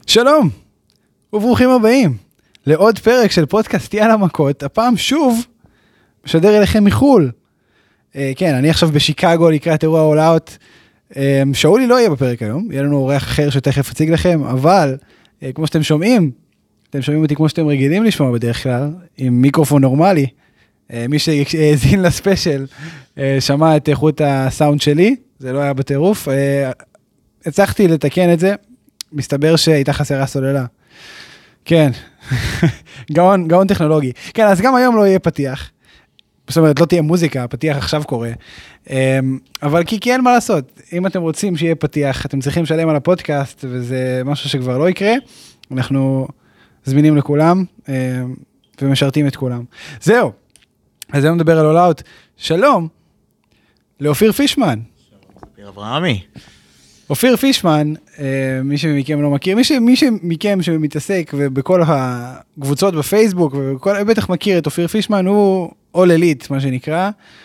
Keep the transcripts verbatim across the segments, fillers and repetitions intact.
שלום, וברוכים הבאים לעוד פרק של פודקאסט יאללה מכות, הפעם שוב משדר אליכם מחול. אה, כן, אני עכשיו בשיקגו לקראת אירוע אול-אאוט, אה, שאולי לא יהיה בפרק היום, יהיה לנו אורח אחר שתכף אציג לכם, אבל אה, כמו שאתם שומעים, אתם שומעים אותי כמו שאתם רגילים לשמוע בדרך כלל, עם מיקרופון נורמלי, אה, מי שהזין לספיישל אה, שמע את איכות הסאונד שלי, זה לא היה בטירוף, אה, הצלחתי לתקן את זה, מסתבר שהייתה חסרה סוללה. כן, גאון, גאון טכנולוגי. כן, אז גם היום לא יהיה פתיח. זאת אומרת, לא תהיה מוזיקה, הפתיח עכשיו קורה. אבל כי, כי אין מה לעשות. אם אתם רוצים שיהיה פתיח, אתם צריכים לשלם על הפודקאסט, וזה משהו שכבר לא יקרה. אנחנו זמינים לכולם, ומשרתים את כולם. זהו. אז היום נדבר על אול-אאוט. שלום, לאופיר פישמן. שלום, אופיר אברהמי. אופיר פישמן, מי שמכם לא מכיר, מי, ש, מי שמכם שמתעסק בכל הקבוצות בפייסבוק, ובכל, בטח מכיר את אופיר פישמן, הוא אול אליט, מה שנקרא,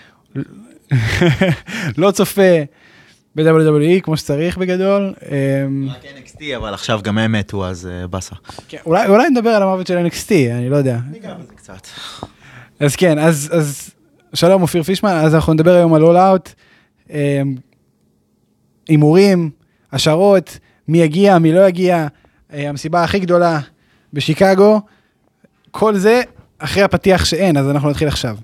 לא צופה ב-דאבליו דאבליו אי כמו שצריך בגדול. רק אן אקס טי, אבל עכשיו גם הם מתו, אז בסה. כן, אולי, אולי נדבר על המוות של אן אקס טי, אני לא יודע. ניגע בזה קצת. אז כן, אז, אז שלום אופיר פישמן, אז אנחנו נדבר היום על אול-אאוט, אימורים, השערות, מי יגיע, מי לא יגיע, המסיבה הכי גדולה בשיקגו, כל זה אחרי הפתיח שאין, אז אנחנו נתחיל עכשיו.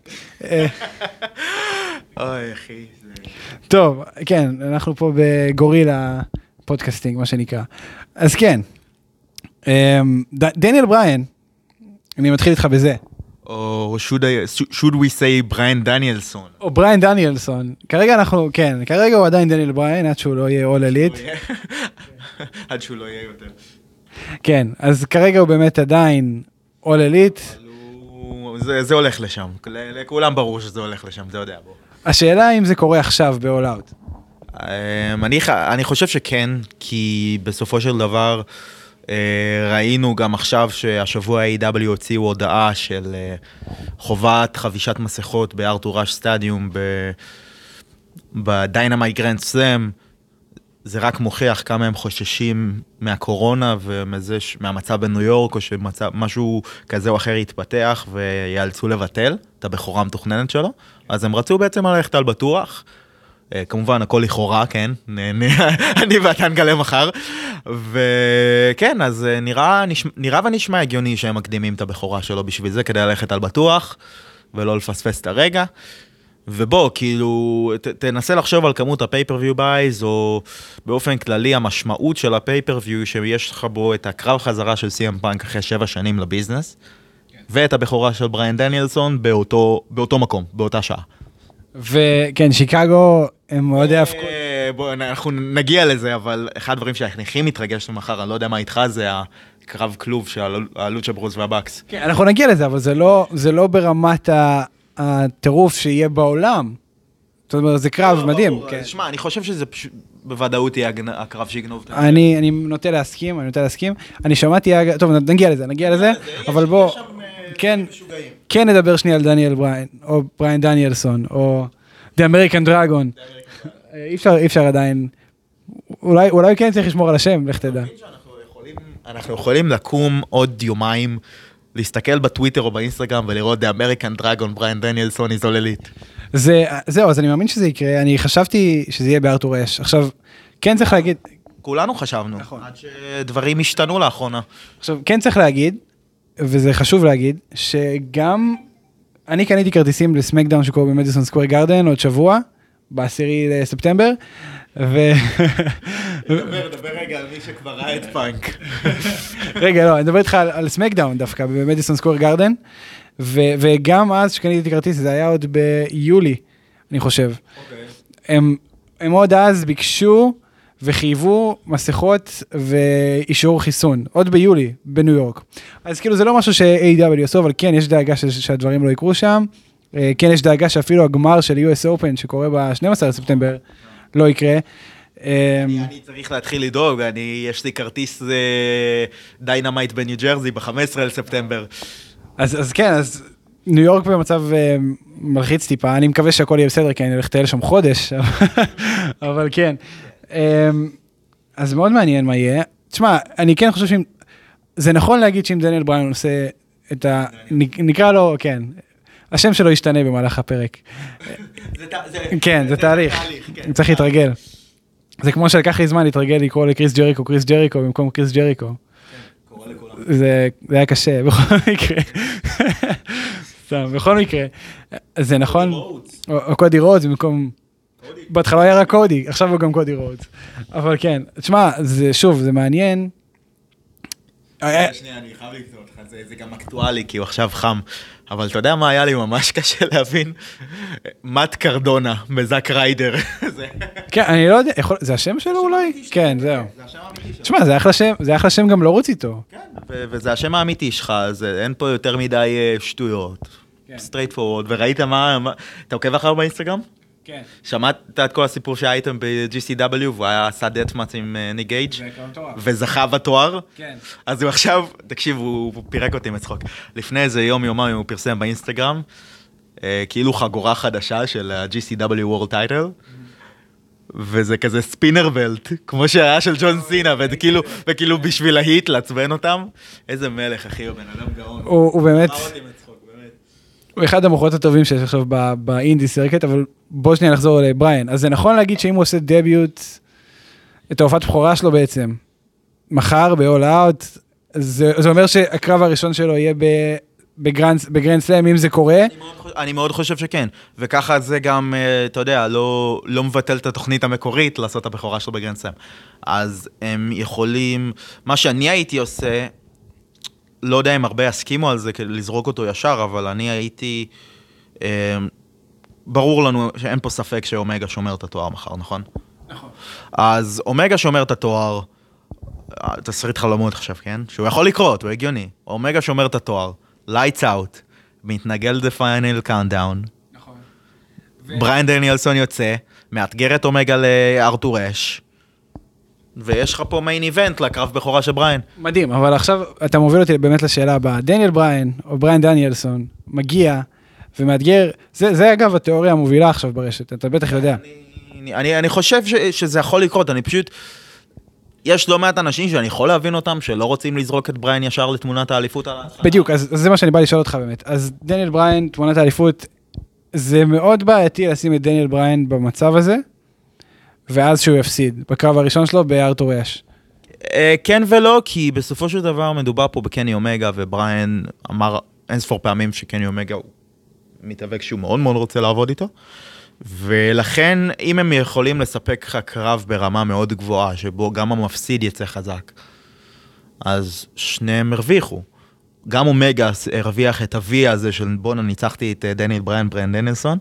אוי, אחי. טוב, כן, אנחנו פה בגורילה פודקאסטינג, מה שנקרא. אז כן, דניאל בריין, אני מתחיל איתך בזה. או should I, should we say בריין דניאלסון. או בריין דניאלסון. כרגע אנחנו, כן, כרגע הוא עדיין דניאל בריין, עד שהוא לא יהיה אול אליט. עד שהוא לא יהיה יותר. כן, אז כרגע הוא באמת עדיין אול אליט. זה, זה הולך לשם. לכולם ברור שזה הולך לשם, זה יודע בו. השאלה אם זה קורה עכשיו באול-אאוט. אני, אני חושב שכן, כי בסופו של דבר, ראינו גם עכשיו שהשבוע ה-איי דאבליו הוציאו הודעה של חובת חבישת מסכות בארתור אש סטדיום בדיינמייט גרנד סלאם. זה רק מוכיח כמה הם חוששים מהקורונה ומהמצב בניו יורק, או שמשהו כזה או אחר יתפתח ויאלצו לבטל את הבכורה המתוכננת שלו. אז הם רצו בעצם ללכת על בטוח. כמובן, הכל לכאורה, כן, אני ואתה נגלה מחר, וכן, אז נראה, נראה ונשמע הגיוני שהם מקדימים את הבכורה שלו בשביל זה, כדי ללכת על בטוח, ולא לפספס את הרגע, ובוא, כאילו, ת, תנסה לחשוב על כמות ה-pay-per-view buys, או באופן כללי, המשמעות של ה-pay-per-view, שיש לך בו את הקרב חזרה של סי אם פאנק אחרי שבע שנים לביזנס, ואת הבכורה של בריין דניאלסון באותו, באותו מקום, באותה שעה. וכן, שיקגו הם מאוד יאפקו. בואו, אנחנו נגיע לזה, אבל אחד הדברים שאני הכי מתרגש מחר, אני לא יודע מה איתך, זה הקרב כלוב של הלוצ'ה ברוז והבקס. כן, אנחנו נגיע לזה, אבל זה לא, זה לא ברמת הטירוף שיהיה בעולם. זאת אומרת, זה קרב מדהים. שמע, אני חושב שזה בוודאות יהיה הקרב שיגנוב. אני, אני נוטה להסכים, אני נוטה להסכים. אני שמעתי, טוב, נגיע לזה, נגיע לזה, אבל בוא, כן, כן נדבר שנייה על דניאל בריין, או בריין דניאלסון, או The American Dragon. אי אפשר, אי אפשר עדיין, אולי, אולי כן צריך לשמור על השם, לך תדע. אנחנו יכולים לקום עוד יומיים, להסתכל בטוויטר או באינסטגרם ולראות The American Dragon, בריין דניאלסון, is all elite. זה, זהו, אז אני מאמין שזה יקרה, אני חשבתי שזה יהיה בארתור אש. עכשיו, כן צריך להגיד... כולנו חשבנו, עד שדברים השתנו לאחרונה. עכשיו, כן צריך להגיד, וזה חשוב להגיד, שגם אני קניתי כרטיסים לסמקדאון שקורה במדיסון סקוור גארדן עוד שבוע, בעשירי לספטמבר, ו... דבר, דבר רגע על מי שכבר ראה את פאנק. רגע, לא, אני מדבר איתך על, על סמקדאון דווקא, במדיסון סקוור גארדן, ו... וגם אז שקניתי כרטיס, זה היה עוד ביולי, אני חושב. Okay. הם, הם עוד אז ביקשו וחייבו מסכות ואישור חיסון, עוד ביולי, בניו יורק. אז כאילו זה לא משהו ש-איי דאבליו עשו, אבל כן, יש דאגה ש- שהדברים לא יקרו שם, כן, יש דאגה שאפילו הגמר של יו אס Open, שקורה ב-שנים עשר לספטמבר, לא יקרה. אני צריך להתחיל לדאוג, יש לי כרטיס דיינמייט בניו ג'רזי ב-חמישה עשר לספטמבר. אז כן, אז ניו יורק במצב מלחיץ טיפה, אני מקווה שהכל יהיה בסדר, כי אני הולך לטייל שם חודש, אבל כן. אז מאוד מעניין מה יהיה. תשמע, אני כן חושב שאם, זה נכון להגיד שאם דניאל בריין עושה את ה... נקרא לו, כן, השם שלו ישתנה במהלך הפרק. כן, זה תהליך, צריך להתרגל. זה כמו שלקח לי זמן להתרגל לקרוא לקריס ג'ריקו, קריס ג'ריקו במקום קריס ג'ריקו. זה היה קשה, בכל מקרה. סתם, בכל מקרה. זה נכון, או קודי רודס במקום... בהתחלה היה רק קודי, עכשיו הוא גם קודי רודס. אבל כן, תשמע, זה שוב, זה מעניין. שנייה, אני חייב לקטוע אותך, זה גם אקטואלי, כי הוא עכשיו חם. אבל אתה יודע מה היה לי ממש קשה להבין? מאט קרדונה בזאק ריידר. כן, אני לא יודע, זה השם שלו אולי? כן, זהו. תשמע, זה אחלה שם גם לרוץ איתו. כן, וזה השם האמיתי שלך, אין פה יותר מדי שטויות. סטרייט פורוורד, וראית מה, אתה עוקב אחר באינסטגרם? כן. שמעת את כל הסיפור שהייתם ב-ג'י סי דאבליו, והוא היה עשה דאטמאץ' עם ניגייג' וזכה בתואר. כן. אז הוא עכשיו, תקשיב, הוא פירק אותי מצחוק. לפני איזה יום יומיים הוא פרסם באינסטגרם, כאילו חגורה חדשה של ה-ג'י סי דאבליו World Title, וזה כזה ספינר בלט, כמו שהיה של ג'ון סינה, וכאילו בשביל להיט, לעצבן אותם. איזה מלך, אחי, הוא בן אדם גאון. הוא באמת... הוא אחד המוחות הטובים שיש עכשיו באינדי סרקט, אבל בוא שנייה נחזור לבריין. אז זה נכון להגיד שאם הוא עושה דביוט, את ההופעת בכורה שלו בעצם, מחר ב-All Out, זה, זה אומר שהקרב הראשון שלו יהיה בגרנד סלאם, אם זה קורה? אני מאוד, אני מאוד חושב שכן, וככה זה גם, אתה יודע, לא, לא מבטל את התוכנית המקורית לעשות את הבכורה שלו בגרנד סלאם. אז הם יכולים, מה שאני הייתי עושה, לא יודע אם הרבה יסכימו על זה, לזרוק אותו ישר, אבל אני הייתי, אה, ברור לנו שאין פה ספק שאומגה שומר את התואר מחר, נכון? נכון. אז אומגה שומר את התואר, תסריט חלומות עכשיו, כן? שהוא יכול לקרות, הוא הגיוני. אומגה שומר את התואר, lights out, מתנגל the final countdown. נכון. בריין דניאלסון יוצא, מאתגר את אומגה לארתור אש, ויש לך פה מיין איבנט לקרב בכורה של בריין. מדהים, אבל עכשיו אתה מוביל אותי באמת לשאלה הבאה. דניאל בריין, או בריין דניאלסון, מגיע ומאתגר, זה, זה אגב התיאוריה המובילה עכשיו ברשת, אתה בטח יודע. אני, אני, אני חושב ש, שזה יכול לקרות, אני פשוט, יש לא מעט אנשים שאני יכול להבין אותם, שלא רוצים לזרוק את בריין ישר לתמונת האליפות. בדיוק, אז, אז זה מה שאני בא לשאול אותך באמת. אז דניאל בריין, תמונת האליפות, זה מאוד בעייתי לשים את דניאל בריין במצב הזה, ואז שהוא יפסיד, בקרב הראשון שלו בארתור אש. כן ולא, כי בסופו של דבר מדובר פה בקני אומגה, ובריין אמר אין ספור פעמים שקני אומגה הוא מתאבק שהוא מאוד מאוד רוצה לעבוד איתו, ולכן אם הם יכולים לספק לך קרב ברמה מאוד גבוהה, שבו גם המפסיד יצא חזק, אז שניהם הרוויחו. גם אומגה הרוויח את הווי הזה של בונה ניצחתי את דניאל בריין, בריין דניאלסון,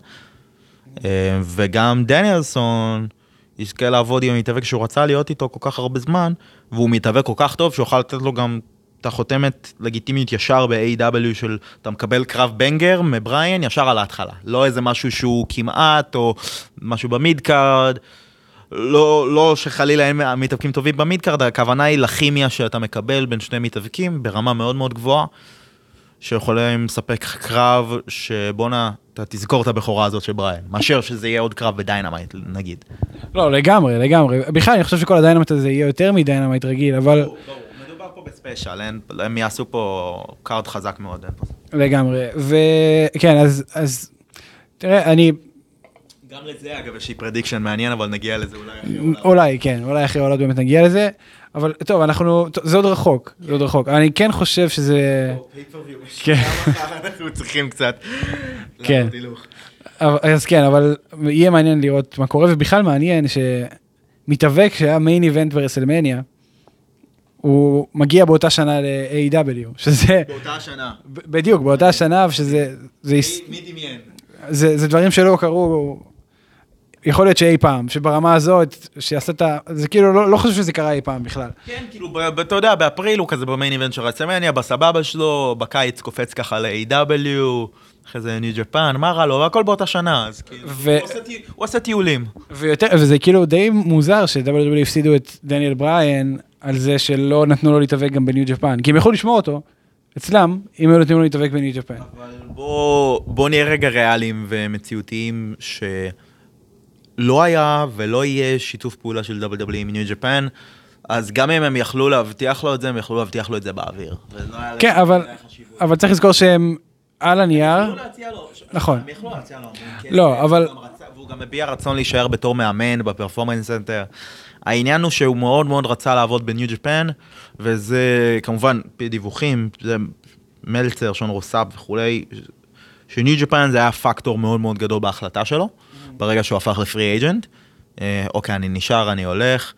וגם דניאלסון יזכה לעבוד עם המתאבק שהוא רצה להיות איתו כל כך הרבה זמן, והוא מתאבק כל כך טוב, שיוכל לתת לו גם את החותמת לגיטימית ישר ב-איי דאבליו של, אתה מקבל קרב בנגר מבריין ישר על ההתחלה. לא איזה משהו שהוא כמעט, או משהו במידקארד, לא, לא שחלילה אין מתאבקים טובים במידקארד, הכוונה היא לכימיה שאתה מקבל בין שני מתאבקים, ברמה מאוד מאוד גבוהה, שיכולים לספק קרב שבונה, אתה תזכור את הבכורה הזאת של בריין, מאשר שזה יהיה עוד קרב בדיינמייט, נגיד. לא, לגמרי, לגמרי. בכלל, אני חושב שכל הדיינמייט הזה יהיה יותר מדיינמייט רגיל, אבל... לא, לא, מדובר פה בספיישל, הם יעשו פה קארד חזק מאוד. לגמרי, וכן, אז, אז, תראה, אני... גם לזה, אגב, יש לי פרדיקשן מעניין, אבל נגיע לזה אולי אחרי עולד. אולי, כן, אולי אחרי עולד באמת נגיע לזה, אבל טוב, אנחנו, זה עוד רחוק, זה עוד רחוק. אני כן חושב שזה... אנחנו צריכים קצת... כן. אז כן, אבל יהיה מעניין לראות מה קורה, ובכלל מעניין שמתאבק שהיה מיין איבנט ברסלמניה, הוא מגיע באותה שנה ל-איי דאבליו, שזה... באותה שנה. בדיוק, באותה שנה, ושזה... מי דמיין? זה דברים שלא קרו... יכול להיות שאי פעם, שברמה הזאת, שיעשה את ה... זה כאילו, לא, לא חושב שזה קרה אי פעם בכלל. כן, כאילו, אתה יודע, באפריל הוא כזה במיין איבנט של רסלמניה, בסבבה שלו, בקיץ קופץ ככה ל-איי דאבליו, אחרי זה ניו ג'פן, מה רע לו, והכל באותה שנה, אז כאילו, ו... הוא עושה טיולים. ויותר, וזה כאילו די מוזר ש-דאבליו דאבליו הפסידו את דניאל בריין, על זה שלא נתנו לו להתאבק גם בניו ג'פן, כי הם יכולו לשמור אותו, אצלם, אם הם נתנו לו להתאבק בניו ג'פן. אבל בוא, בוא נהיה רגע ריאליים ומציאותיים ש... לא היה ולא יהיה שיתוף פעולה של דאבליו דאבליו עם ניו ג'פן, אז גם אם הם יכלו להבטיח לו את זה, הם יכלו להבטיח לו את זה באוויר. כן, אבל, אבל צריך לזכור שהם על הנייר. הם יכלו להציע לו. נכון. הם יכלו להציע לו. לא, אבל... והוא גם מביע רצון להישאר בתור מאמן בפרפורמנס סנטר. העניין הוא שהוא מאוד מאוד רצה לעבוד בניו ג'פן, וזה כמובן דיווחים, זה מלצר, שון רוסאפ וכולי, שניו ג'פן זה היה פקטור מאוד מאוד גדול בהחלטה שלו, ברגע שהוא הפך לפרי אייג'נט. אוקיי, אני נשאר, אני הולך.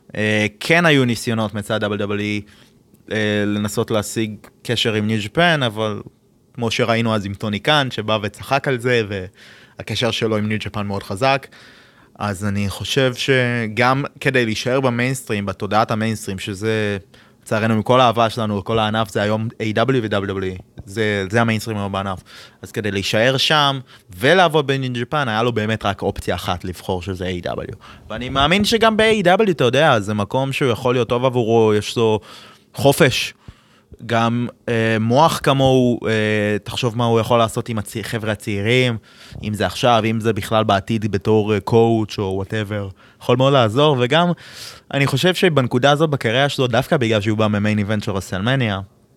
כן היו ניסיונות מצד דאבליו דאבליו אי לנסות להשיג קשר עם ניו ג'פן, אבל כמו שראינו אז עם טוני קאן, שבא וצחק על זה, והקשר שלו עם ניו ג'פן מאוד חזק. אז אני חושב שגם כדי להישאר במיינסטרים, בתודעת המיינסטרים, שזה, לצערנו, מכל האהבה שלנו, כל הענף, זה היום איי דאבליו ו-דאבליו דאבליו אי. זה, זה המיינסטרים היום בענף. אז כדי להישאר שם ולעבוד בניו ג'פן, היה לו באמת רק אופציה אחת לבחור שזה איי דאבליו. ואני מאמין שגם ב-איי דאבליו, אתה יודע, זה מקום שהוא יכול להיות טוב עבורו, יש לו חופש. גם אה, מוח כמוהו, אה, תחשוב מה הוא יכול לעשות עם החבר'ה הצעירים, אם זה עכשיו, אם זה בכלל בעתיד בתור קואוץ' או whatever, יכול מאוד לעזור, וגם אני חושב שבנקודה הזאת בקריירה שלו, דווקא בגלל שהוא בא ממיין איבנט של רסלמניה,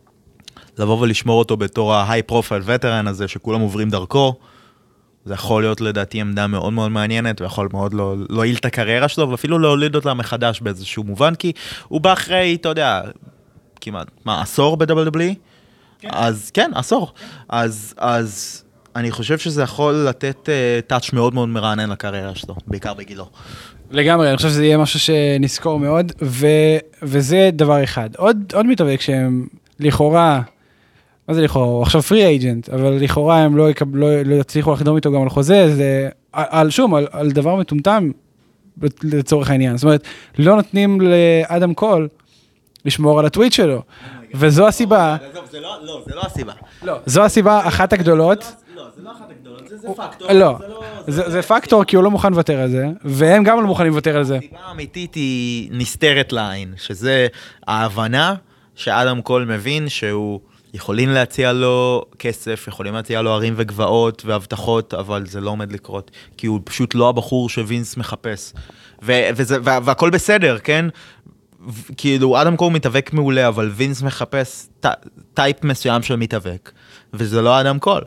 לבוא ולשמור אותו בתור ההיי פרופיל וטרן הזה, שכולם עוברים דרכו, זה יכול להיות לדעתי עמדה מאוד מאוד מעניינת, ויכול מאוד לא, להועיל את הקריירה שלו, ואפילו להוליד אותה מחדש באיזשהו מובן, כי הוא בא אחרי, אתה יודע, כמעט, מה, עשור ב-דאבליו דאבליו אי? כן. אז כן, עשור. כן. אז, אז אני חושב שזה יכול לתת טאץ' מאוד מאוד מרענן לקריירה שלו, בעיקר בגילו. לגמרי, אני חושב שזה יהיה משהו שנזכור מאוד, ו, וזה דבר אחד. עוד, עוד מתאבק שהם לכאורה, מה זה לכאורה? הוא עכשיו פרי אייג'נט, אבל לכאורה הם לא, יקב, לא, לא יצליחו לחדום איתו גם על חוזה, זה על, שום, על, על דבר מטומטם לצורך העניין. זאת אומרת, לא נותנים לאדם קול, לשמור על הטוויט שלו, וזו הסיבה. לא, זה לא הסיבה. לא, זו הסיבה אחת הגדולות. לא, זה לא אחת הגדולות, זה פקטור. לא, זה פקטור כי הוא לא מוכן לוותר על זה, והם גם לא מוכנים לוותר על זה. הסיבה האמיתית היא נסתרת לעין, שזה ההבנה שאדם קול מבין שהוא יכולים להציע לו כסף, יכולים להציע לו ערים וגבעות והבטחות, אבל זה לא עומד לקרות, כי הוא פשוט לא הבחור שווינס מחפש. והכל בסדר, כן? כאילו, אדם קול מתאבק מעולה, אבל וינס מחפש טייפ מסוים של מתאבק, וזה לא אדם קול.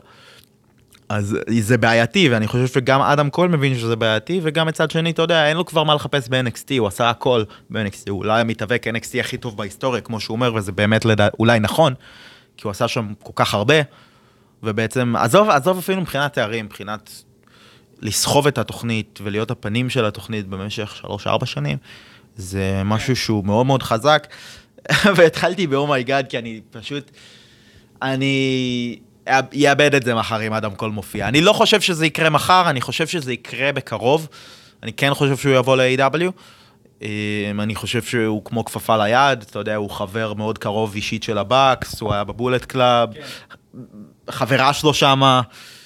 אז זה בעייתי, ואני חושב שגם אדם קול מבין שזה בעייתי, וגם מצד שני, אתה יודע, אין לו כבר מה לחפש ב-אן אקס טי, הוא עשה הכל ב-אן אקס טי, הוא אולי המתאבק אן אקס טי הכי טוב בהיסטוריה, כמו שהוא אומר, וזה באמת לדע... אולי נכון, כי הוא עשה שם כל כך הרבה, ובעצם, עזוב, עזוב אפילו מבחינת תארים, מבחינת לסחוב את התוכנית, ולהיות הפנים של התוכנית במשך שלוש, ארבע שנים, זה משהו שהוא מאוד מאוד חזק, והתחלתי ב-אומייגאד, כי אני פשוט, אני אאבד את זה מחר אם אדם קול מופיע. אני לא חושב שזה יקרה מחר, אני חושב שזה יקרה בקרוב, אני כן חושב שהוא יבוא ל-איי דאבליו, אני חושב שהוא כמו כפפה ליד, אתה יודע, הוא חבר מאוד קרוב אישית של הבאקס, הוא היה בבולט קלאב, חברה שלו שמה,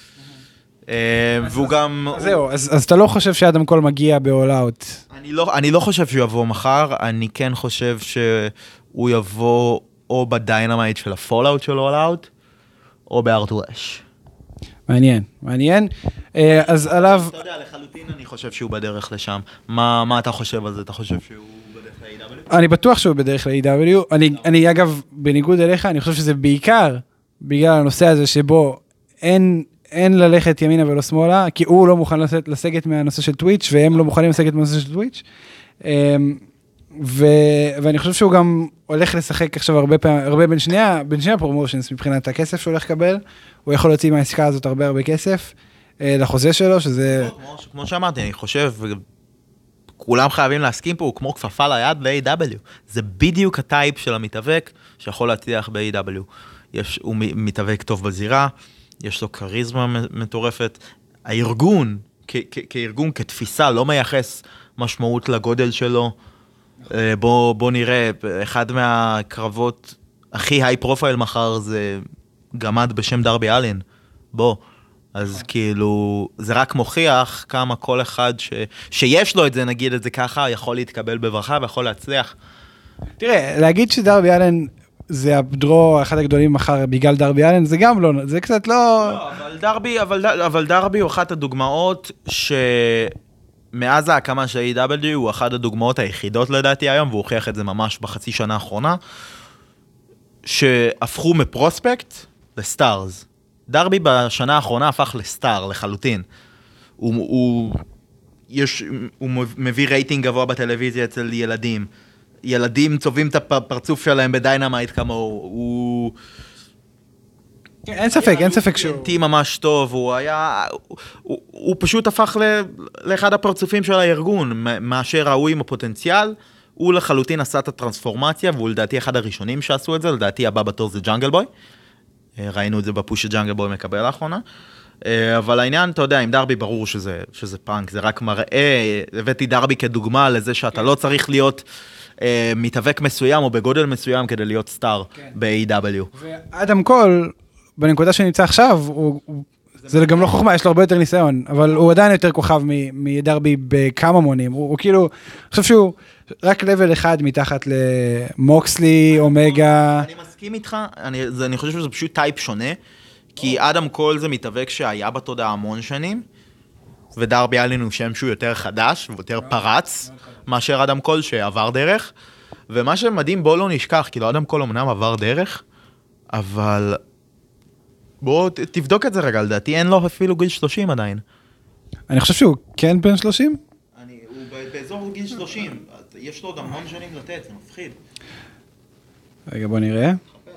והוא גם... זהו, אז אתה לא חושב שאדם קול מגיע ב-all out? אני לא חושב שהוא יבוא מחר, אני כן חושב שהוא יבוא או בדיינמייט של הפול-אוט של all out, או בארתור אש. מעניין, מעניין. אז עליו... אתה יודע, לחלוטין אני חושב שהוא בדרך לשם. מה אתה חושב על זה? אתה חושב שהוא בדרך ל-איי דאבליו? אני בטוח שהוא בדרך ל-איי דאבליו. אני אגב, בניגוד אליך, אני חושב שזה בעיקר בגלל הנושא הזה שבו אין... אין ללכת ימינה ולא שמאלה, כי הוא לא מוכן לסגת מהנושא של טוויץ', והם לא מוכנים לסגת מהנושא של טוויץ'. ואני חושב שהוא גם הולך לשחק עכשיו הרבה פעמים, הרבה בין שני, בין שני הפרומושנס, מבחינת הכסף שהוא הולך לקבל, הוא יכול להוציא מהעסקה הזאת הרבה הרבה כסף, לחוזה שלו, שזה... כמו שאמרתי, אני חושב, כולם חייבים להסכים פה, הוא כמו כפפה ליד ב-איי דאבליו. זה בדיוק הטייפ של המתאבק, שיכול להצליח ב-איי דאבליו. הוא מתאבק טוב בזירה, יש לו קריזמה מטורפת. הארגון, כארגון, כתפיסה, לא מייחס משמעות לגודל שלו. בוא, בוא נראה, אחד מהקרבות הכי היי פרופייל מחר זה גמד בשם דרבי אלן. בוא. אז כאילו, זה רק מוכיח כמה כל אחד ש... שיש לו את זה, נגיד את זה ככה, יכול להתקבל בברכה ויכול להצליח. תראה, להגיד שדרבי אלן זה הדרו אחד הגדולים מחר בגלל דרבי אלן, זה גם לא, זה קצת לא... לא, אבל דרבי, אבל, אבל דרבי הוא אחת הדוגמאות מאז ההקמה של איי דאבליו הוא אחת הדוגמאות היחידות לדעתי היום, והוא הוכיח את זה ממש בחצי שנה האחרונה, שהפכו מפרוספקט לסטארס. דרבי בשנה האחרונה הפך לסטאר לחלוטין. הוא, הוא, יש, הוא מביא רייטינג גבוה בטלוויזיה אצל ילדים. ילדים צובעים את הפרצוף שלהם בדיינמייט כמוהו. הוא... אין ספק, אין ספק שהוא... טי ממש טוב, הוא היה... הוא, הוא, הוא פשוט הפך ל, לאחד הפרצופים של הארגון, מאשר ראוי עם הפוטנציאל. הוא לחלוטין עשה את הטרנספורמציה, והוא לדעתי אחד הראשונים שעשו את זה, לדעתי הבא בתור זה ג'אנגל בוי. ראינו את זה בפוש שג'אנגל בוי מקבל לאחרונה. אבל העניין, אתה יודע, עם דרבי ברור שזה, שזה פאנק, זה רק מראה, הבאתי דרבי כדוגמה לזה שאתה לא צריך להיות אה, מתאבק מסוים או בגודל מסוים כדי להיות סטאר כן. ב-איי דאבליו. ואדם קול, בנקודה שנמצא עכשיו, הוא, הוא, זה, זה גם לא חוכמה, יש לו הרבה יותר ניסיון, אבל הוא עדיין יותר כוכב מדרבי בכמה מונים. הוא, הוא כאילו, אני חושב שהוא רק לבל אחד מתחת למוקסלי, אומגה. אני מסכים איתך, אני, זה, אני חושב שזה פשוט טייפ שונה, כי אדם קול זה מתאבק שהיה בתודעה המון שנים, ודרבי היה לנו שם שהוא יותר חדש ויותר פרץ, מאשר אדם קול שעבר דרך, ומה שמדהים בוא לא נשכח, כאילו אדם קול אמנם עבר דרך, אבל בוא תבדוק את זה רגע, לדעתי אין לו אפילו גיל שלושים עדיין. אני חושב שהוא כן בן שלושים? אני, הוא באזור גיל שלושים, יש לו עוד המון שנים לתת, זה מפחיד. רגע בוא נראה.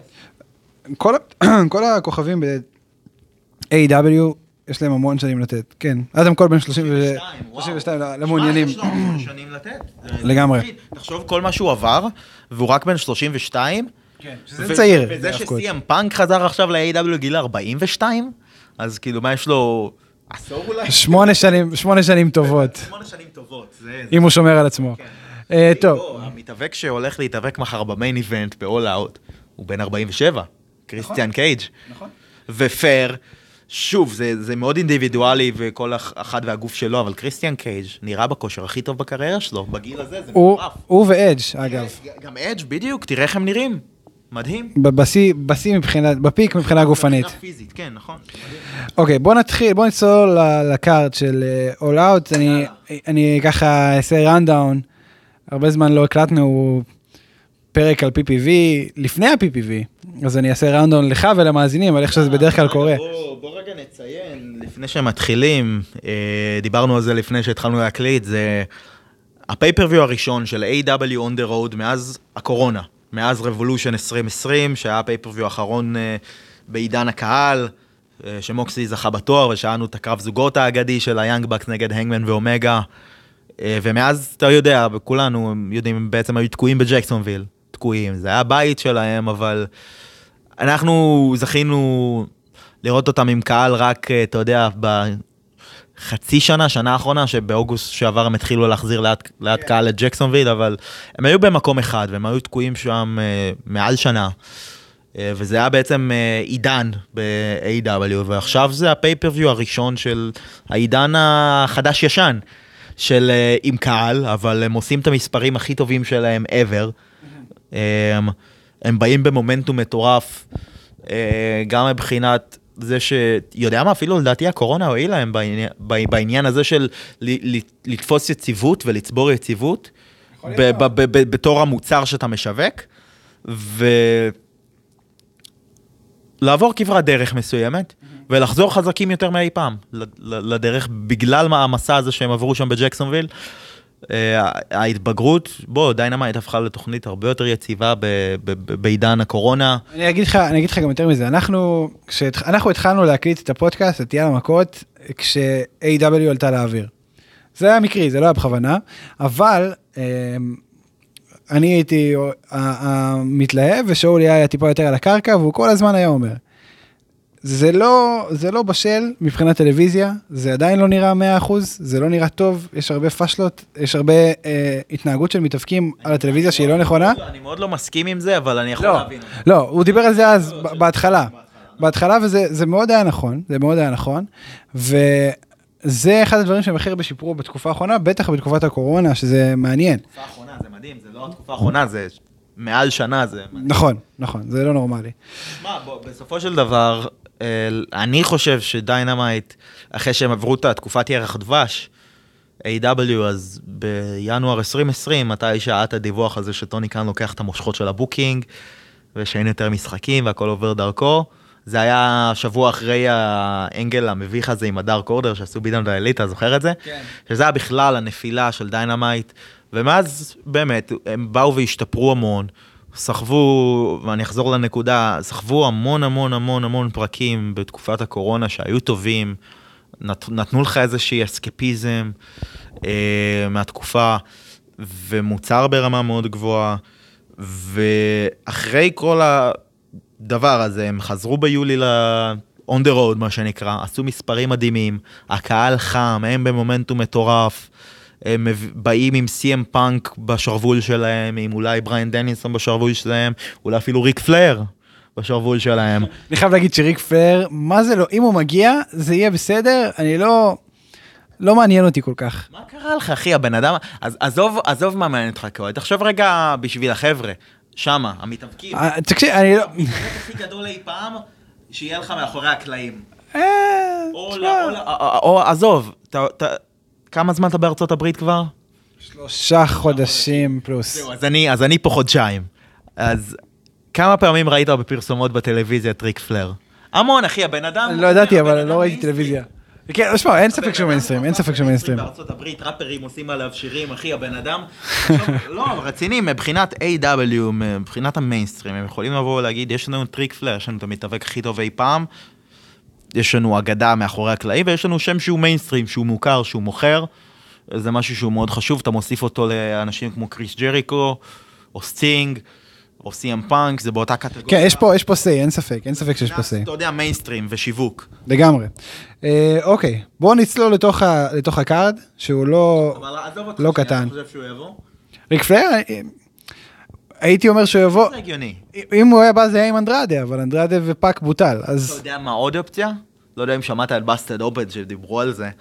כל, כל הכוכבים ב-איי דאבליו יש להם המון שנים לתת, כן. אדם קול בן שלושים ושתיים למעוניינים. יש לו המון שנים לתת. לגמרי. תחשוב כל מה שהוא עבר, והוא רק בן שלושים ושתיים. כן, שזה צעיר. וזה שסי.אם פאנק חזר עכשיו ל-איי דאבליו גיל ארבעים ושתיים, אז כאילו מה יש לו... עשור אולי? שמונה שנים, שמונה שנים טובות. שמונה שנים טובות. אם הוא שומר על עצמו. טוב. המתאבק שהולך להתאבק מחר במיין איבנט, ב-All Out, הוא בן ארבעים ושבע. קריסטיאן קייג'. נכון. ופייר, שוב, זה, זה מאוד אינדיבידואלי וכל אחד והגוף שלו, אבל קריסטיאן קייג' נראה בכושר הכי טוב בקריירה שלו, בגיל הזה, זה מטורף. הוא ואדג' אגב. גם אדג' בדיוק, תראה איך הם נראים. מדהים. בשיא מבחינת, בפיק מבחינה גופנית. מבחינה פיזית, כן, נכון. אוקיי, בוא נתחיל, בוא נצלול לקארט של All Out, אני, אני ככה אעשה רנדאון, הרבה זמן לא הקלטנו פרק על פי פי וי, לפני ה-פי פי וי, אז אני אעשה ראונדאון לך ולמאזינים, על איך שזה בדרך כלל קורה. בוא רגע נציין, לפני שמתחילים, דיברנו על זה לפני שהתחלנו להקליט, זה הפייפריוויו הראשון של איי דאבליו on the road מאז הקורונה, מאז Revolution עשרים עשרים, שהיה הפייפריוויו האחרון בעידן הקהל, שמוקסי זכה בתואר, ושאלנו את הקרב זוגות האגדי של היאנג בקס נגד הנגמן ואומגה, ומאז אתה יודע, כולנו יודעים, בעצם היו תקועים בג'קסונוויל. תקועים, זה היה הבית שלהם, אבל אנחנו זכינו לראות אותם עם קהל רק, אתה יודע, בחצי שנה, שנה האחרונה, שבאוגוסט שעבר הם התחילו להחזיר לאט, לאט קהל לג'קסונוויל, אבל הם היו במקום אחד, והם היו תקועים שם מעל שנה, וזה היה בעצם עידן ב-איי דאבליו, ועכשיו זה הפייפריוויו הראשון של העידן החדש-ישן, של עם קהל, אבל הם עושים את המספרים הכי טובים שלהם ever, הם, הם באים במומנטום מטורף, גם מבחינת זה שיודע מה, אפילו לדעתי הקורונה הועיל להם בעניין, בעניין הזה של לתפוס יציבות ולצבור יציבות, ב, ב, ב, ב, בתור המוצר שאתה משווק, ולעבור כברת דרך מסוימת, ולחזור חזקים יותר מאי פעם לדרך, בגלל המסע הזה שהם עברו שם בג'קסונוויל, ההתבגרות, בוא, דיינמייט הפכה לתוכנית הרבה יותר יציבה בעידן הקורונה. אני אגיד לך, אני אגיד לך גם יותר מזה, אנחנו, כשאנחנו התחלנו להקליט את הפודקאסט, את יאללה מכות, כש-איי דאבליו עלתה לאוויר. זה היה מקרי, זה לא היה בכוונה, אבל אני הייתי המתלהב, ושאולי היה טיפה יותר על הקרקע, והוא כל הזמן היה אומר, זה לא, זה לא בשל מבחינת טלוויזיה, זה עדיין לא נראה מאה אחוז, זה לא נראה טוב, יש הרבה פשלות, יש הרבה אה, התנהגות של מתאבקים על הטלוויזיה שהיא לא נכונה. אני מאוד לא מסכים עם זה, אבל אני יכול לא, להבין. לא, הוא דיבר על זה אז בהתחלה. בהתחלה, וזה זה מאוד היה נכון, זה מאוד היה נכון, וזה אחד הדברים שהם הכי הרבה שיפרו בתקופה האחרונה, בטח בתקופת הקורונה, שזה מעניין. בתקופה האחרונה, זה מדהים, זה לא התקופה האחרונה, זה מעל שנה, זה מדהים. נכון, נכון, זה לא נורמלי. מה, בוא, בסופו של דבר, אני חושב שדיינמייט, אחרי שהם עברו את התקופת ירח דבש, איי דאבליו, אז בינואר עשרים עשרים, מתי שעה את הדיווח הזה שטוני קאן לוקח את המושכות של הבוקינג, ושאין יותר משחקים והכל עובר דרכו, זה היה שבוע אחרי האנגל המביך הזה עם הדארק אורדר, שעשו בידם דאליטה, זוכר את זה? כן. שזה היה בכלל הנפילה של דיינמייט, ומאז באמת הם באו והשתפרו המון, סחבו, ואני אחזור לנקודה, סחבו המון המון המון המון פרקים בתקופת הקורונה שהיו טובים, נת, נתנו לך איזושהי אסקפיזם אה, מהתקופה, ומוצר ברמה מאוד גבוהה, ואחרי כל הדבר הזה, הם חזרו ביולי ל-on the road, מה שנקרא, עשו מספרים מדהימים, הקהל חם, הם במומנטום מטורף, הם באים עם סי אם פאנק בשרבול שלהם, עם אולי בריין דניסון בשרבול שלהם, אולי אפילו ריק פלר בשרבול שלהם. אני חייב להגיד שריק פלר, מה זה לא, אם הוא מגיע, זה יהיה בסדר, אני לא, לא מעניין אותי כל כך. מה קרה לך, אחי, הבן אדם, אז עזוב, עזוב מה מעניין אותך כהוי, תחשוב רגע בשביל החבר'ה, שמה, המתאבקים. תקשיב, אני לא... המתאבק הכי גדול אי פעם, שיהיה לך מאחורי הקלעים. או עזוב, כמה זמן אתה בארצות הברית כבר? שלושה חודשים פלוס. זהו, אז אני, אז אני פה חודשיים. אז כמה פעמים ראית בפרסומות בטלוויזיה את ריק פלר? המון, אחי, הבן אדם... לא ידעתי, אבל לא ראיתי טלוויזיה. כן, לא, אין ספק שהוא מיינסטרים, אין ספק שהוא מיינסטרים. בארצות הברית, ראפרים עושים עליו שירים, אחי, הבן אדם... לא, רציני, מבחינת איי דאבליו, מבחינת המיינסטרים, הם יכולים לבוא ולהגיד, יש לנו את ריק פלר, יש לנו את המתאבק הכי טוב אי פעם, יש לנו אגדה מאחורי הקלעים, ויש לנו שם שהוא מיינסטרים, שהוא מוכר, שהוא מוכר, זה משהו שהוא מאוד חשוב, אתה מוסיף אותו לאנשים כמו קריס ג'ריקו, או סטינג, או סי אם פאנק, זה באותה קטגוריה. כן, יש פה, יש פה סי, אין ספק, אין ספק שיש פה סי. אתה יודע, מיינסטרים ושיווק. לגמרי. אה, אוקיי, בואו נצלול לתוך, ה, לתוך הקארד, שהוא לא, לא קטן. אתה חושב שהוא יבוא? ריק פלר, הייתי אומר שהוא יבוא, זה הגיוני. אם הוא היה בא זה היה עם אנדרדה, אבל אנדרדה ופאק בוטל, אז... אתה יודע מה עוד אופציה? לא יודע אם שמעת על בסטד אופד שדיברו על זה.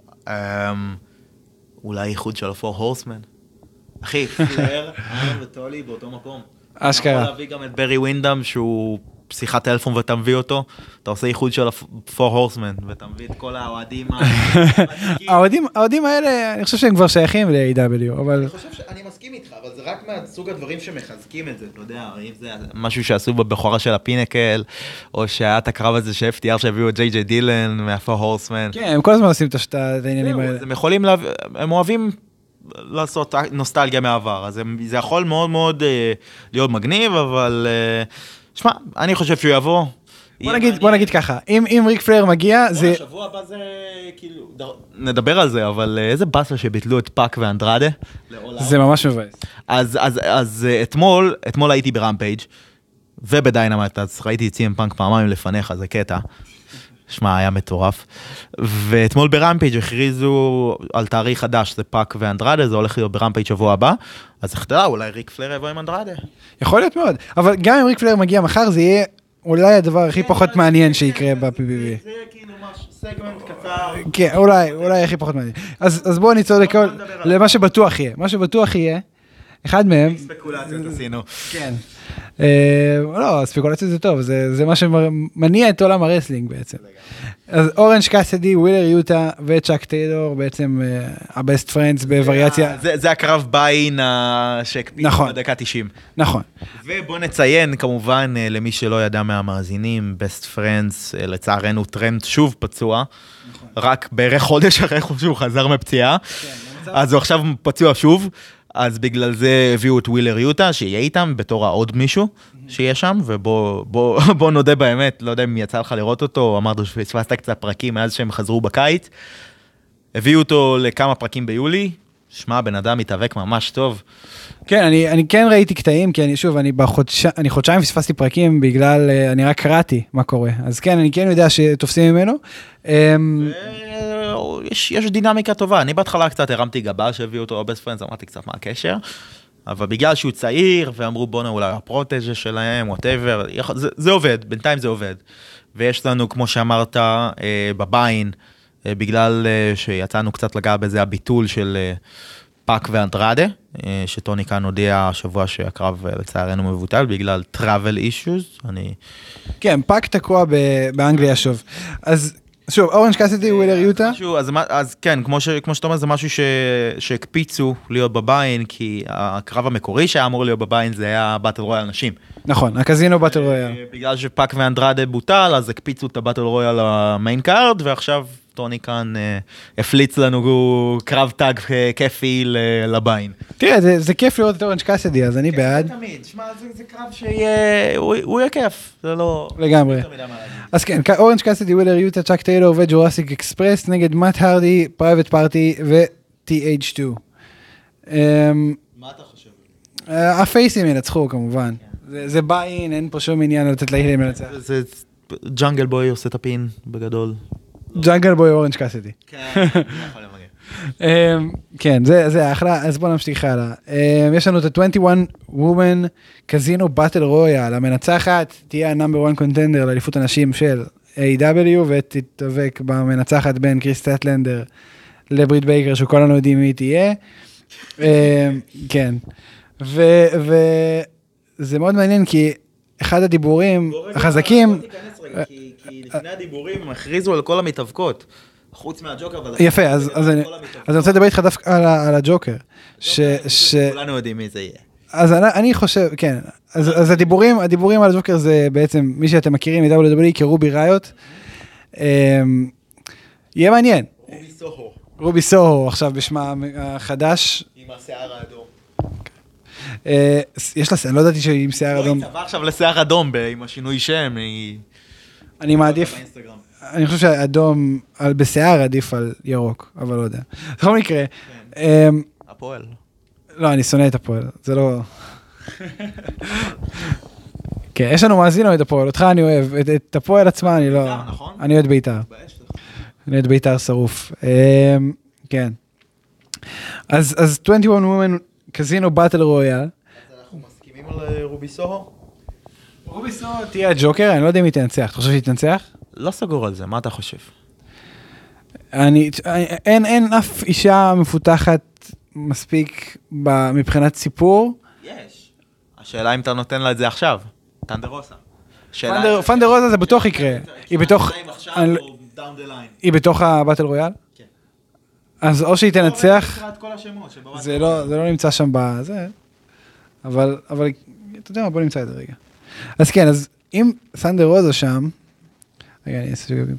אולי איחוד של הפור הורסמן. אחי, פלר, ארן וטולי באותו מקום. אשכרה. אתה יכול להביא גם את ברי ווינדם, שהוא שיחת טלפון ואתה מביא אותו, אתה עושה איחוד של הפור הורסמן, ואתה מביא את כל האוהדים האוהדים, האוהדים האלה, אני חושב שהם כבר שייכים ל-איי דאבליו, אבל... אני חושב שאני מסכים איתך, אבל זה רק מהסוג הדברים שמחזקים את זה, אתה יודע, אם זה משהו שעשו בבחורה של הפינקל, או שהיה את הקרב הזה ש-אף טי אר שהביאו את ג'יי ג'יי דילן מהפור הורסמן. כן, הם כל הזמן עושים את העניינים האלה. הם יכולים, הם אוהבים לעשות נוסטלגיה מהעבר, אז זה יכול מאוד מאוד להיות מגניב, אבל... שמע, אני חושב שהוא יבוא. בוא נגיד, בוא נגיד ככה, אם, אם ריק פלר מגיע, זה... השבוע הבא זה כאילו... נדבר על זה, אבל איזה באסה שביטלו את פאק ואנדרדה. זה ממש מבאס. אז, אז, אז אתמול, אתמול הייתי ברמפייג' ובדיינמייט, אז ראיתי את סי אם פאנק פעמיים לפניך, זה קטע. שמע, היה מטורף. ואתמול ברמפייג' הכריזו על תאריך חדש, זה פאק ואנדרדה, זה הולך להיות ברמפייג' שבוע הבא, אז איך תדע, אולי ריק פלר יבוא עם אנדרדה. יכול להיות מאוד, אבל גם אם ריק פלר מגיע מחר, זה יהיה אולי הדבר הכי פחות מעניין שיקרה ב-פי בי בי. זה כאילו משהו, סגמנט קצר. כן, אולי, אולי הכי פחות מעניין. אז בואו ניצור למה שבטוח יהיה. מה שבטוח יהיה, אחד מהם... ספקולציות עשינו. כן. לא, ספקולציות זה טוב, זה מה שמניע את עולם הרסלינג בעצם. אז אורנג' קאסדי, ווילר יוטה וצ'אק טיילור, בעצם הבסט פרנדס בווריאציה. זה הקרב ביין שהקפיץ בדקה תשעים. נכון. ובוא נציין כמובן למי שלא ידע מהמאזינים, בסט פרנדס, לצערנו טרנד שוב פצוע, רק בערך חודש אחרי שהוא חזר מפציעה, אז הוא עכשיו פצוע שוב. אז בגלל זה הביאו את ווילר יוטה, שיהיה איתם בתור העוד מישהו שיהיה שם, ובוא בוא, בוא נודה באמת, לא יודע אם יצא לך לראות אותו, אמרת שפספסת קצת פרקים מאז שהם חזרו בקיץ, הביאו אותו לכמה פרקים ביולי, שמע, בן אדם מתאבק ממש טוב. כן, אני, אני כן ראיתי קטעים, כי אני שוב, אני בחודש, אני חודשיים פספסתי פרקים בגלל, אני רק קראתי מה קורה, אז כן, אני כן יודע שתופסים ממנו. יש, יש דינמיקה טובה, אני בהתחלה קצת הרמתי גבה שהביאו אותו או בסט פרנדס, אמרתי קצת מה הקשר, אבל בגלל שהוא צעיר, ואמרו בונה אולי הפרוטג'ה שלהם, whatever, זה, זה עובד, בינתיים זה עובד. ויש לנו, כמו שאמרת, בביין, בגלל שיצאנו קצת לגע בזה הביטול של פאק ואנדרדה, שטוני קאן הודיע השבוע שהקרב לצערנו מבוטל, בגלל travel issues, אני... כן, פאק תקוע באנגליה שוב. אז שוב, אורנג' קאסידי, ווילר יוטה. משהו, אז, מה- אז כן, כמו, ש, כמו שאתה אומר, זה משהו ש, שהקפיצו להיות בביין, כי הקרב המקורי שהיה אמור להיות בביין, זה היה באטל רויאל נשים. נכון, הקזינו באטל רויאל. בגלל שפאק ואנדרדה בוטל, אז הקפיצו את הבאטל רויאל למיין קארד, ועכשיו טוני כאן אה, הפליץ לנו קרב טאג אה, כיפי ל- לביין. תראה, זה, זה כיף לראות את אורנג' קאסידי, אז אני בעד. תמיד, שמע, זה, זה קרב שיהיה, הוא, הוא יהיה כיף, זה לא... לגמרי. יותר מדי מה להגיד. אז כן, אורנג' קאסידי, ווילר יוטה, צ'אק טיילור וג'ורסיק אקספרס נגד מאט הרדי, פרייבט פארטי ו-טי אייץ' טו. מה אתה חושב? הפייסים ינצחו כמובן. זה- זה ביין, אין פה שום עניין לתת להילים לנצח. זה ג'אנגל בוי עושה את הפין בגדול. ג'אנגל בוי אורנג' קאסידי. כן, יכול למגן. אמ, כן, זה, זה אחלה, אז בוא נמשיך הלאה. אמ, יש לנו את ה-עשרים ואחת Women קזינו באטל רויאל, המנצחת תהיה ה-number one contender לאליפות הנשים של איי דאבליו, ותתאבק במנצחת בין קריס סטטלנדר לברית בייקר, שכולנו יודעים מי תהיה. אמ, כן, וזה מאוד מעניין, כי אחד הדיבורים החזקים, כי לפני הדיבורים הם הכריזו על כל המתאבקות, חוץ מהג'וקר. יפה, אז אז אני אז אני רוצה לדבר איתך דווקא על ה- על הג'וקר, ש... ש- כולנו יודעים מי זה יהיה. אז אני, אני חושב, כן, אז, אז הדיבורים, הדיבורים על הג'וקר זה בעצם, מי שאתם מכירים מ-דאבליו דאבליו אי כרובי ראיוט, אמ, יהיה מעניין, רובי סוהו. רובי סוהו עכשיו בשמה החדש, עם השיער האדום. אה, יש לה, אני לא ידעתי שהיא עם שיער אדום, היא צבעה עכשיו לשיער אדום ב- עם השינוי שם, היא... אני מעדיף, באינסטגרם. אני חושב שהאדום על בשיער עדיף על ירוק, אבל לא יודע. בכל מקרה, אמ, הפועל. לא, אני שונא את הפועל, זה לא... כן, יש לנו מאזין אוהד הפועל, אותך אני אוהב, את- את הפועל עצמה אני לא... בית"ר, נכון? אני אוהד בית"ר, באש לך. אני אוהד בית"ר שרוף. אמ, כן. אז אז עשרים ואחת Women קזינו באטל רויאל. אז אנחנו מסכימים על רובי סוהו? רובי סו תהיה הג'וקר, אני לא יודע אם היא תנצח, אתה חושב שהיא תנצח? לא סגור על זה, מה אתה חושב? אני, אין, אין אף אישה מפותחת מספיק ב- מבחינת סיפור. יש. השאלה אם אתה נותן לה את זה עכשיו. טנדרוסה. השאלה- פנדר, פנדר רוזה זה בטוח יקרה. היא בתוך, אם עכשיו אני- או down the line. היא בתוך הבטל רויאל? כן. אז או שהיא תנצח, לא, את כל השמות שבאמת- זה לא, זה לא נמצא שם בזה, אבל, אבל, אתה יודע מה, בוא נמצא את זה רגע. אז כן, אז אם סנדר רוזה שם, רגע, אני אעשה שגבים,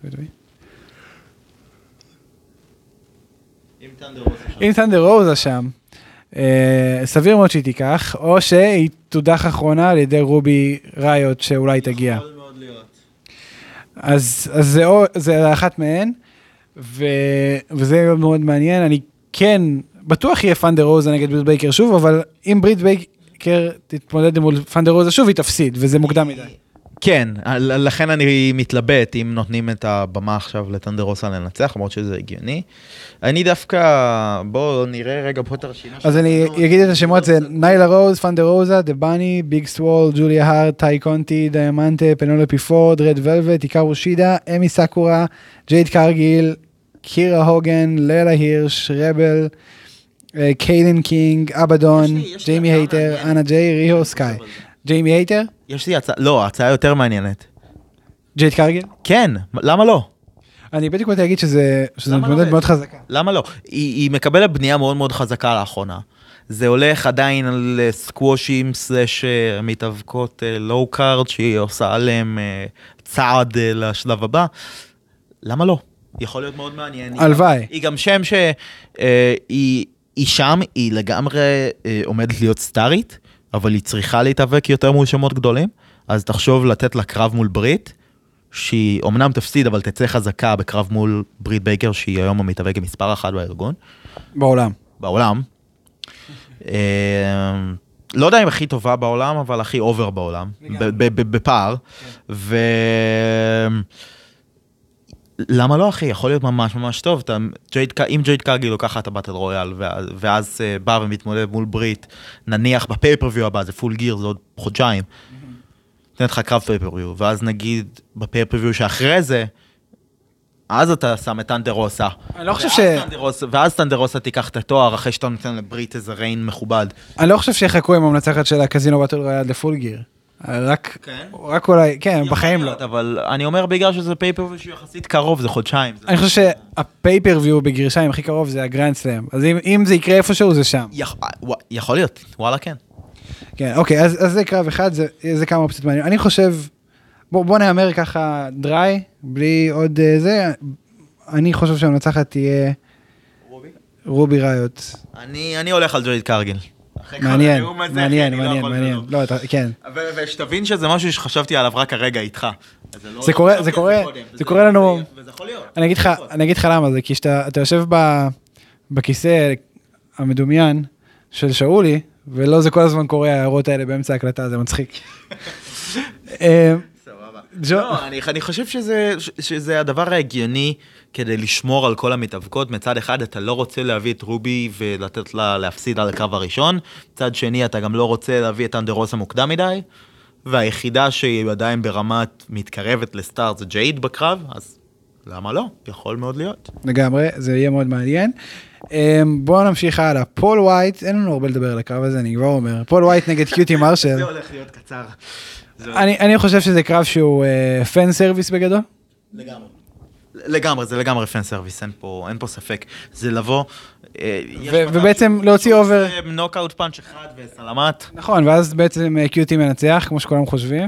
אם טנדרוסה שם. אם סנדר רוזה שם, אה, סביר מאוד שהיא תיקח, או שהיא תודח אחרונה על ידי רובי ראיות שאולי תגיע. יכול מאוד להיות. אז, אז זה, או- זה אחת מהן, ו, וזה יהיה מאוד מעניין. אני כן, בטוח יהיה פנדר רוזה נגד ברית בייקר שוב, אבל אם ברית בייקר תתמודד מול פנדר רוזה שוב, היא תפסיד, וזה מוקדם מדי. כן, לכן אני מתלבט אם נותנים את הבמה עכשיו לטנדרוסה לנצח, למרות שזה הגיוני. אני דווקא, בואו נראה רגע פה את הרשימה. אז אני אגיד את השמות, זה ניילה רוז, פנדר רוזה, דה בני, ביג סוול, ג'וליה הארט, טאי קונטי, דיאמנטה, פנולופי פורד, רד ולווט, איקרו שידה, אמי סאקורה, ג'ייד קרגיל, קירה הוגן, לילה הירש, רבל, אה, קיילין קינג, אבדון, יש לי- יש לי ג'יימי הצעה הייטר, מעניינת. אנה ג'יי, ריהו סקאי. ג'יימי הייטר? יש לי הצעה, לא, הצעה יותר מעניינת. ג'ייד קרגיל? כן, למה לא? אני בדיוק באתי להגיד שזה שזה למה לא מתמודד בעצם? מאוד חזקה. למה לא? היא, היא מקבלת בנייה מאוד מאוד חזקה לאחרונה. זה הולך עדיין על אה, סקוושים סלש אה, מתאבקות לואו קארד, שהיא עושה עליהם אה, צעד אה, לשלב הבא. למה לא? יכול להיות מאוד מעניין. היא הלוואי. גם- היא גם שם שהיא היא שם, היא לגמרי אה, עומדת להיות סטארית, אבל היא צריכה להתאבק יותר מול שמות גדולים, אז תחשוב לתת לה קרב מול ברית, שהיא אומנם תפסיד, אבל תצא חזקה בקרב מול ברית בייקר, שהיא היום המתאבקת מספר אחת בארגון, בעולם. בעולם. אה, לא יודע אם הכי טובה בעולם, אבל הכי אובר בעולם, ב- ב- ב- בפער. ו... למה לא, אחי? יכול להיות ממש ממש טוב. אתה, ג'ייד, אם ג'ייד קרגיל לוקחת את הבטל רויאל, ואז, ואז uh, בא ומתמודד מול ברית, נניח בפייפריוויו הבא, זה פול גיר, זה עוד חודשיים, נתן לך קרב פייפריוויו, ואז נגיד בפייפריוויו שאחרי זה, אז אתה שם את טנדרוסה. אני לא חושב ש... ואז טנדרוסה- ואז טנדרוסה תיקח את התואר, אחרי שאתה נותן לברית איזה ריין מכובד. אני לא חושב שיחכו עם המנצחת של הקזינו באטל רויאל לפול גיר. רק, כן? רק אולי, כן, בחיים לא. אבל אני אומר בגלל שזה פייפריוויו שהוא יחסית קרוב, זה חודשיים. אני חושב שהפייפריוויו בגרשיים הכי קרוב זה הגרנד סלאם, אז אם, אם זה יקרה איפשהו זה שם. יכול להיות, וואלה כן. כן, אוקיי, אז, אז זה קרב אחד, זה, זה כמה אופציות מעניינות. אני חושב, בוא, בוא נאמר ככה דריי, בלי עוד זה, אני חושב שהמנצחת תהיה רובי? רובי ראיות. אני, אני הולך על ג'ויד קרגיל. מעניין, מעניין, מעניין, מעניין. לא, כן. ושתבין שזה משהו שחשבתי עליו רק הרגע איתך. זה קורה, זה קורה, זה קורה לנו. וזה יכול להיות. אני אגיד לך, אני אגיד לך למה זה, כי שאתה יושב בכיסא המדומיין של שאולי, ולא זה כל הזמן קורה ההערות האלה באמצע ההקלטה, זה מצחיק. לא, אני חושב שזה הדבר ההגיוני כדי לשמור על כל המתאבקות. מצד אחד אתה לא רוצה להביא את רובי ולתת לה להפסיד על הקרב הראשון, מצד שני אתה גם לא רוצה להביא את אנדרוסה מוקדם מדי, והיחידה שהיא עדיין ברמת מתקרבת לסטארט זה ג'ייד בקרב, אז למה לא? יכול מאוד להיות. לגמרי, זה יהיה מאוד מעניין. בואו נמשיך הלאה. פול ווייט, אין לנו הרבה לדבר על הקרב הזה, אני כבר אומר. פול ווייט נגד קיוטי מרשל. זה הולך להיות קצר. אני, אני חושב שזה קרב שהוא uh, פן סרוויס בגדול. לגמרי. לגמרי, זה לגמרי פן סרוויס, אין פה, אין פה ספק. זה לבוא... ו- ובעצם להוציא אובר... נוקאוט פאנץ' אחד וסלמת. נכון, ואז בעצם קיוטי מנצח, כמו שכולם חושבים.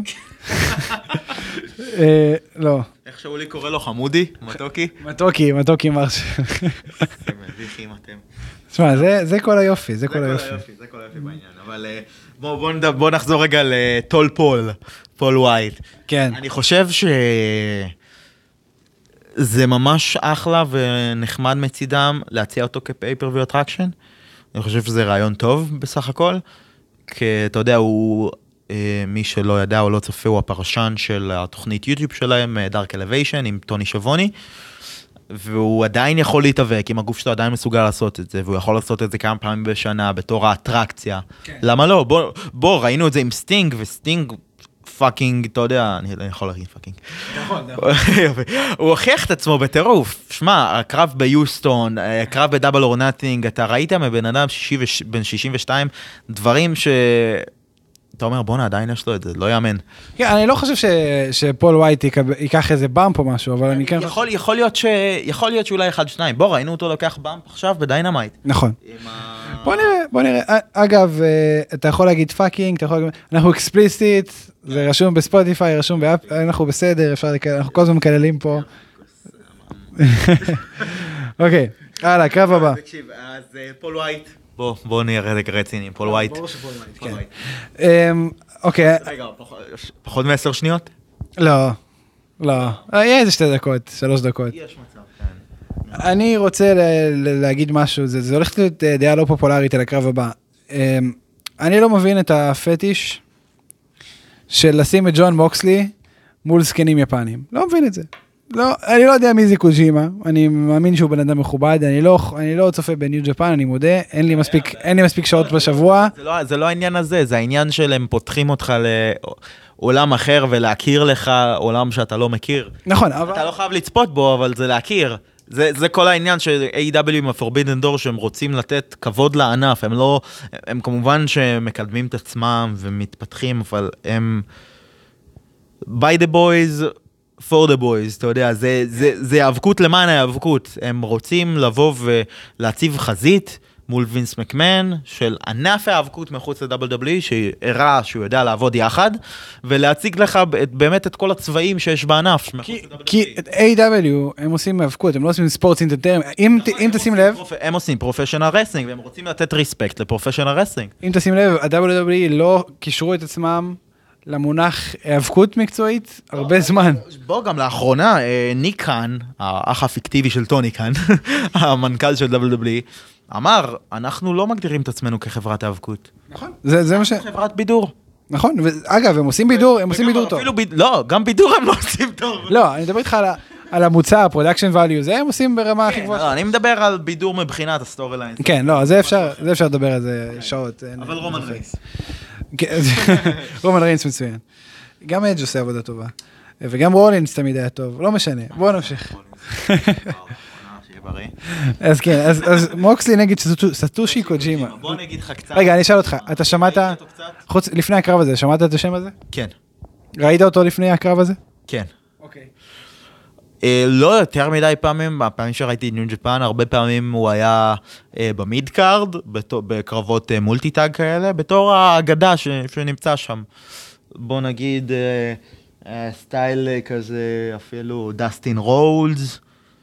לא. איך שאולי קורא לו חמודי? מתוקי? מתוקי, מתוקי מרשל. אתם מביכים אתם. תשמע, זה, זה כל היופי, זה כל היופי. זה כל היופי בעניין, אבל בוא, בוא, נדע, בוא נחזור רגע לטול פול, פול ווייט. כן. אני חושב שזה ממש אחלה ונחמד מצידם להציע אותו כפייפריוויו אטרקשן. אני חושב שזה רעיון טוב בסך הכל, כי אתה יודע, הוא, מי שלא ידע או לא צופה, הוא הפרשן של התוכנית יוטיוב שלהם, דארק אלוויישן, עם טוני שבוני. והוא עדיין יכול להתאבק, אם הגוף שלו עדיין מסוגל לעשות את זה, והוא יכול לעשות את זה כמה פעמים בשנה, בתור האטרקציה. כן. למה לא? בוא, בוא, ראינו את זה עם סטינג, וסטינג פאקינג, אתה יודע, אני, אני יכול להגיד פאקינג. נכון, נכון. הוא הוכיח את עצמו בטירוף. שמע, הקרב ביוסטון, הקרב בדאבל אור נאטינג, אתה ראית מבן אדם בן שישים ושתיים, דברים ש... אתה אומר, בונה, עדיין יש לו את זה, לא יאמן. כן, אני לא חושב ש, שפול ווייט ייקח איזה באמפ או משהו, אבל אני כן... יכול, יכול להיות ש... יכול להיות שאולי אחד, שניים. בוא, ראינו אותו לוקח באמפ עכשיו בדיינמייט. נכון. ה... בוא נראה, בוא נראה. אגב, אתה יכול להגיד פאקינג, אתה יכול להגיד... אנחנו אקספליסטית, זה רשום בספוטיפיי, רשום באפ... אנחנו בסדר, אפשר לקלל, אנחנו כל הזמן מקללים פה. אוקיי, הלאה, קרב הבא. תקשיב, אז פול ווייט. בוא, בוא נהיה רגע רציני, פול ווייט. ברור שפול ווייט, כן. אוקיי. רגע, פחות מעשר שניות? לא, לא. יהיה איזה שתי דקות, שלוש דקות. יש מצב, כן. אני רוצה להגיד משהו, זה הולך להיות דעה לא פופולרית על הקרב הבא. אני לא מבין את הפטיש של לשים את ג'ון מוקסלי מול זקנים יפנים. לא מבין את זה. לא, אני לא יודע מי זה קוג'ימה, אני מאמין שהוא בן אדם מכובד, אני לא, אני לא צופה בניו ג'פן, אני מודה, אין לי מספיק, אין לי מספיק שעות בשבוע. זה לא, זה לא העניין הזה, זה העניין של הם פותחים אותך לעולם אחר ולהכיר לך עולם שאתה לא מכיר. נכון, אבל... אתה לא חייב לצפות בו, אבל זה להכיר. זה, זה כל העניין של איי דאבליו עם ה-Forbidden Door שהם רוצים לתת כבוד לענף, הם לא, הם כמובן שמקדמים את עצמם ומתפתחים, אבל הם... by the boys... for the boys, אתה יודע, זה, זה, זה האבקות למען האבקות. הם רוצים לבוא ולהציב חזית מול וינס מקמן של ענף האבקות מחוץ ל-דאבליו דאבליו אי, שהראה שהוא יודע לעבוד יחד, ולהציג לך באמת את כל הצבעים שיש בענף. כי, כי את איי דאבליו הם עושים האבקות, הם לא עושים ספורט אינטרטיימנט. אם, אם תשים לב... הם עושים פרופשיונל רסלינג, והם רוצים לתת ריספקט לפרופשיונל רסלינג. אם תשים לב, ה-דאבליו דאבליו אי לא קישרו את עצמם למונח האבקות מקצועית הרבה זמן. בוא, גם לאחרונה, ניק קאן, האח הפיקטיבי של טוני קאן, המנכ"ל של דאבליו דאבליו אי, אמר, אנחנו לא מגדירים את עצמנו כחברת האבקות. נכון. זה, זה מה ש... חברת בידור. נכון, ואגב, הם עושים בידור, הם עושים בידור טוב. לא, גם בידור הם לא עושים טוב. לא, אני מדבר איתך על, על המוצא, הפרודקשן ואליו, זה הם עושים ברמה הכי גבוהה. לא, אני מדבר על בידור מבחינת הסטורי ליין. כן, לא, זה אפשר, זה אפשר לדבר על זה שעות. אבל רומן ריינס. רומן ריינס מצוין. גם אדג' עושה עבודה טובה. וגם רולינס תמיד היה טוב, לא משנה. בואו נמשיך. בריא. אז כן, אז מוקסלי נגד סטושי קוג'ימה. בוא נגיד לך קצת. רגע, אני אשאל אותך, אתה שמעת, חוץ, לפני הקרב הזה, שמעת את השם הזה? כן. ראית אותו לפני הקרב הזה? כן. אוקיי. לא יותר מדי פעמים, הפעמים שראיתי ניו ג'פן, הרבה פעמים הוא היה במיד קארד, בקרבות מולטי-טאג כאלה, בתור האגדה שנמצא שם. בוא נגיד סטייל כזה, אפילו דסטין רולס,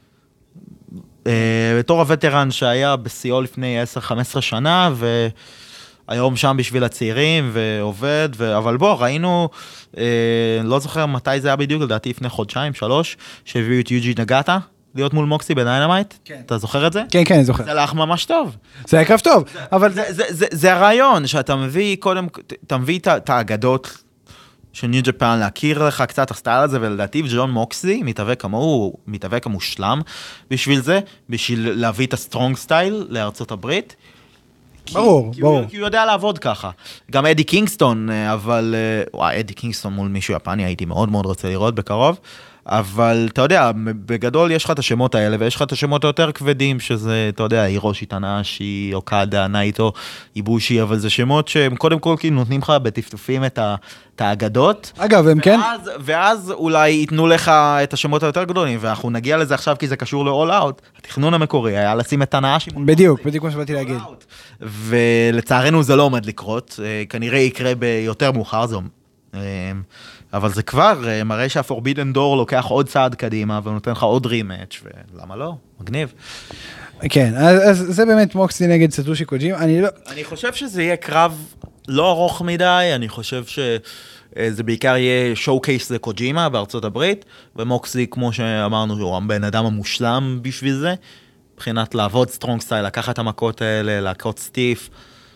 בתור הווטרן שהיה בסיוע לפני עשר חמש עשרה שנה, והיום שם בשביל הצעירים ועובד, ו... אבל בוא, ראינו, אה, לא זוכר מתי זה היה בדיוק, לדעתי לפני חודשיים, שלוש, שהביאו את יוג'י נגאטה, להיות מול מוקסי בדיינמייט. כן. אתה זוכר את זה? כן, כן, אני זוכר. זה הלך ממש טוב. זה היה קרב טוב, זה, אבל... זה, זה, זה, זה הרעיון, שאתה מביא קודם, אתה מביא את האגדות של ניו ג'פן, להכיר לך קצת הסטייל הזה, ולדעתי ג'ון מוקסלי מתאבק כמוהו, הוא מתאבק המושלם בשביל זה, בשביל להביא את הסטרונג סטייל לארצות הברית. ברור, כי, ברור. כי הוא, כי הוא יודע לעבוד ככה. גם אדי קינגסטון, אבל, וואי, אדי קינגסטון מול מישהו יפני, הייתי מאוד מאוד רוצה לראות בקרוב, אבל אתה יודע, בגדול יש לך את השמות האלה, ויש לך את השמות היותר כבדים, שזה, אתה יודע, הירושי טנאשי, אוקדה, נייטו, איבושי, אבל זה שמות שהם קודם כל כאילו נותנים לך בטפטופים את ה... את האגדות. אגב, הם כן? ואז, ואז אולי ייתנו לך את השמות היותר גדולים, ואנחנו נגיע לזה עכשיו כי זה קשור ל-all out. התכנון המקורי היה לשים את הנאשי. בדיוק, בדיוק כמו שבאתי להגיד. ולצערנו זה לא עומד לקרות, כנראה יקרה ביותר מאוחר, זה... אבל זה כבר מראה שהפורבידן דור לוקח עוד צעד קדימה, ונותן לך עוד רימץ', ולמה לא? מגניב. כן, אז, אז זה באמת מוקסלי נגד סטושי קוג'ימה, אני לא... אני חושב שזה יהיה קרב לא ארוך מדי, אני חושב שזה בעיקר יהיה שואו-קייס לקוג'ימה בארצות הברית, ומוקסלי, כמו שאמרנו, הוא הבן אדם המושלם בשביל זה, מבחינת לעבוד סטרונג סטייל, לקחת את המכות האלה, להכות סטיף.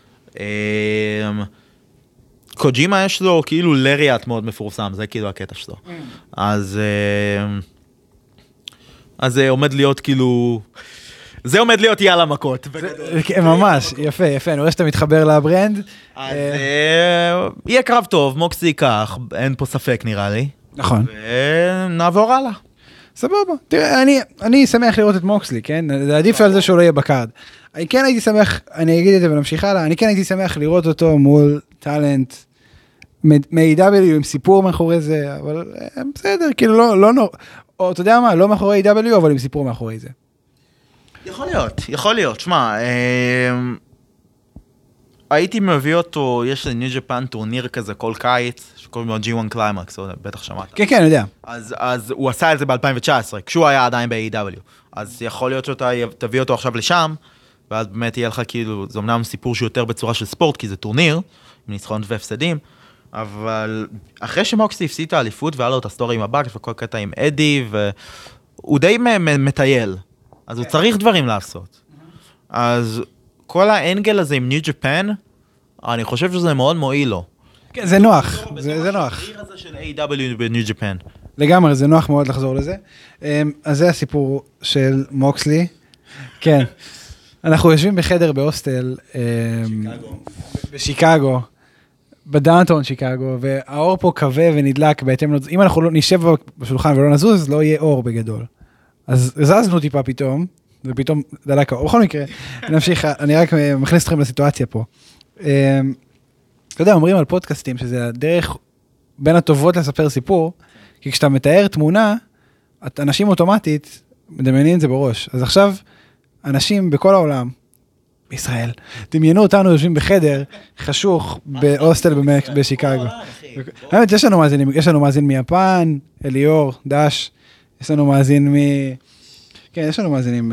קוג'ימה יש לו כאילו לריאט מאוד מפורסם, זה כאילו הקטע שלו. אז אז זה עומד להיות כאילו... זה עומד להיות יאללה מכות. ממש, יפה, יפה, אני רואה שאתה מתחבר לברנד. אז יהיה קרב טוב, מוקסלי ייקח, אין פה ספק נראה לי. נכון. ונעבור הלאה. סבבה. תראה, אני, אני שמח לראות את מוקסלי, כן? זה עדיף על זה שהוא לא יהיה בקארד. אני כן הייתי שמח, אני אגיד את זה ונמשיך הלאה, אני כן הייתי שמח לראות אותו מול טלנט מ-איי דאבליו עם סיפור מאחורי זה, אבל בסדר, כאילו לא, לא נור... או אתה יודע מה, לא מאחורי איי דאבליו, אבל עם סיפור מאחורי זה. יכול להיות, יכול להיות. שמע, אה, הייתי מביא אותו, יש לניו ג'פן טורניר כזה כל קיץ, שקוראים לו ג'י וואן קליימקס, בטח שמעת. כן, כן, אני יודע. אז, אז הוא עשה את זה ב-אלפיים תשע עשרה, כשהוא היה עדיין ב-איי דאבליו. אז יכול להיות שאתה תביא אותו עכשיו לשם, ואז באמת יהיה לך כאילו, זה אמנם סיפור שיותר בצורה של ספורט, כי זה טורניר, עם ניצחונות והפסדים, אבל אחרי שמוקסלי הפסיד את האליפות, והיה לו את הסטורי עם הבאקס, וכל קטע עם אדי, והוא די מטייל. אז הוא צריך דברים לעשות. אז כל האנגל הזה עם ניו ג'פן, אני חושב שזה מאוד מועיל לו. כן, זה נוח, זה נוח. השריר הזה של איי דאבליו בניו ג'פן. לגמרי, זה נוח מאוד לחזור לזה. אז זה הסיפור של מוקסלי. כן. אנחנו יושבים בחדר בהוסטל, בשיקגו, בדאונטאון שיקגו, והאור פה כבה ונדלק בהתאם, אם אנחנו לא נשב בשולחן ולא נזוז, לא יהיה אור בגדול. אז זזנו טיפה פתאום, ופתאום דלק האור. בכל מקרה, נמשיך, אני רק מכניס אתכם לסיטואציה פה. אתה יודע, אומרים על פודקאסטים שזה הדרך בין הטובות לספר סיפור, כי כשאתה מתאר תמונה, אנשים אוטומטית מדמיינים את זה בראש. אז עכשיו, אנשים בכל העולם, בישראל, דמיינו אותנו יושבים בחדר חשוך בהוסטל בשיקגו. האמת, יש לנו מאזינים, יש לנו מאזין מיפן, אליאור, דש, יש לנו מאזין מ... כן, יש לנו מאזינים...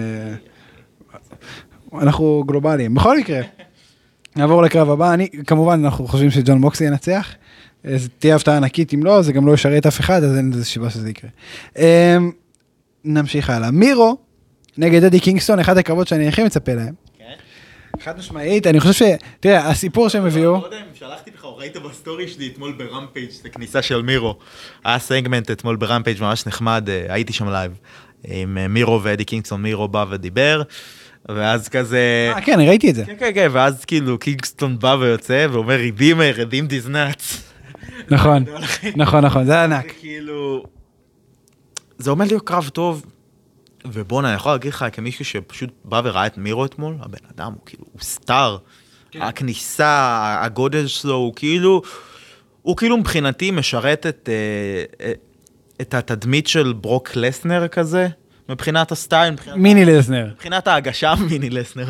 אנחנו גלובליים. בכל מקרה, נעבור לקרב הבא. אני, כמובן, אנחנו חושבים שג'ון מוקסלי ינצח. אז תהיה הפתעה ענקית, אם לא, זה גם לא ישרת אף אחד, אז אין איזה שיבה שזה יקרה. נמשיך הלאה. מירו, נגד אדי קינגסטון, אחד הקרבות שאני הכי מצפה להם. חד משמעית, אני חושב ש... תראה, הסיפור שהם הביאו... לא יודע אם שלחתי לך, או ראית בסטורי שלי אתמול ברמפייג' את הכניסה של מירו. היה סגמנט אתמול ברמפייג' ממש נחמד, הייתי שם לייב. עם מירו ואדי קינגסטון, מירו בא ודיבר, ואז כזה... אה, כן, אני ראיתי את זה. כן, כן, כן, ואז כאילו קינגסטון בא ויוצא, ואומר, רידימר, רדים דיזנץ. נכון, נכון, נכון, זה ענק. כאילו... זה עומד להיות קרב טוב. ובואנה, אני יכול להגיד לך כמישהו שפשוט בא וראה את מירו אתמול, הבן אדם הוא כאילו, הוא סטאר. כן. הכניסה, הגודל שלו, הוא כאילו, הוא כאילו מבחינתי משרת את, את התדמית של ברוק לסנר כזה, מבחינת הסטייל, מבחינת מיני לסנר. מבחינת ההגשה, מיני לסנר.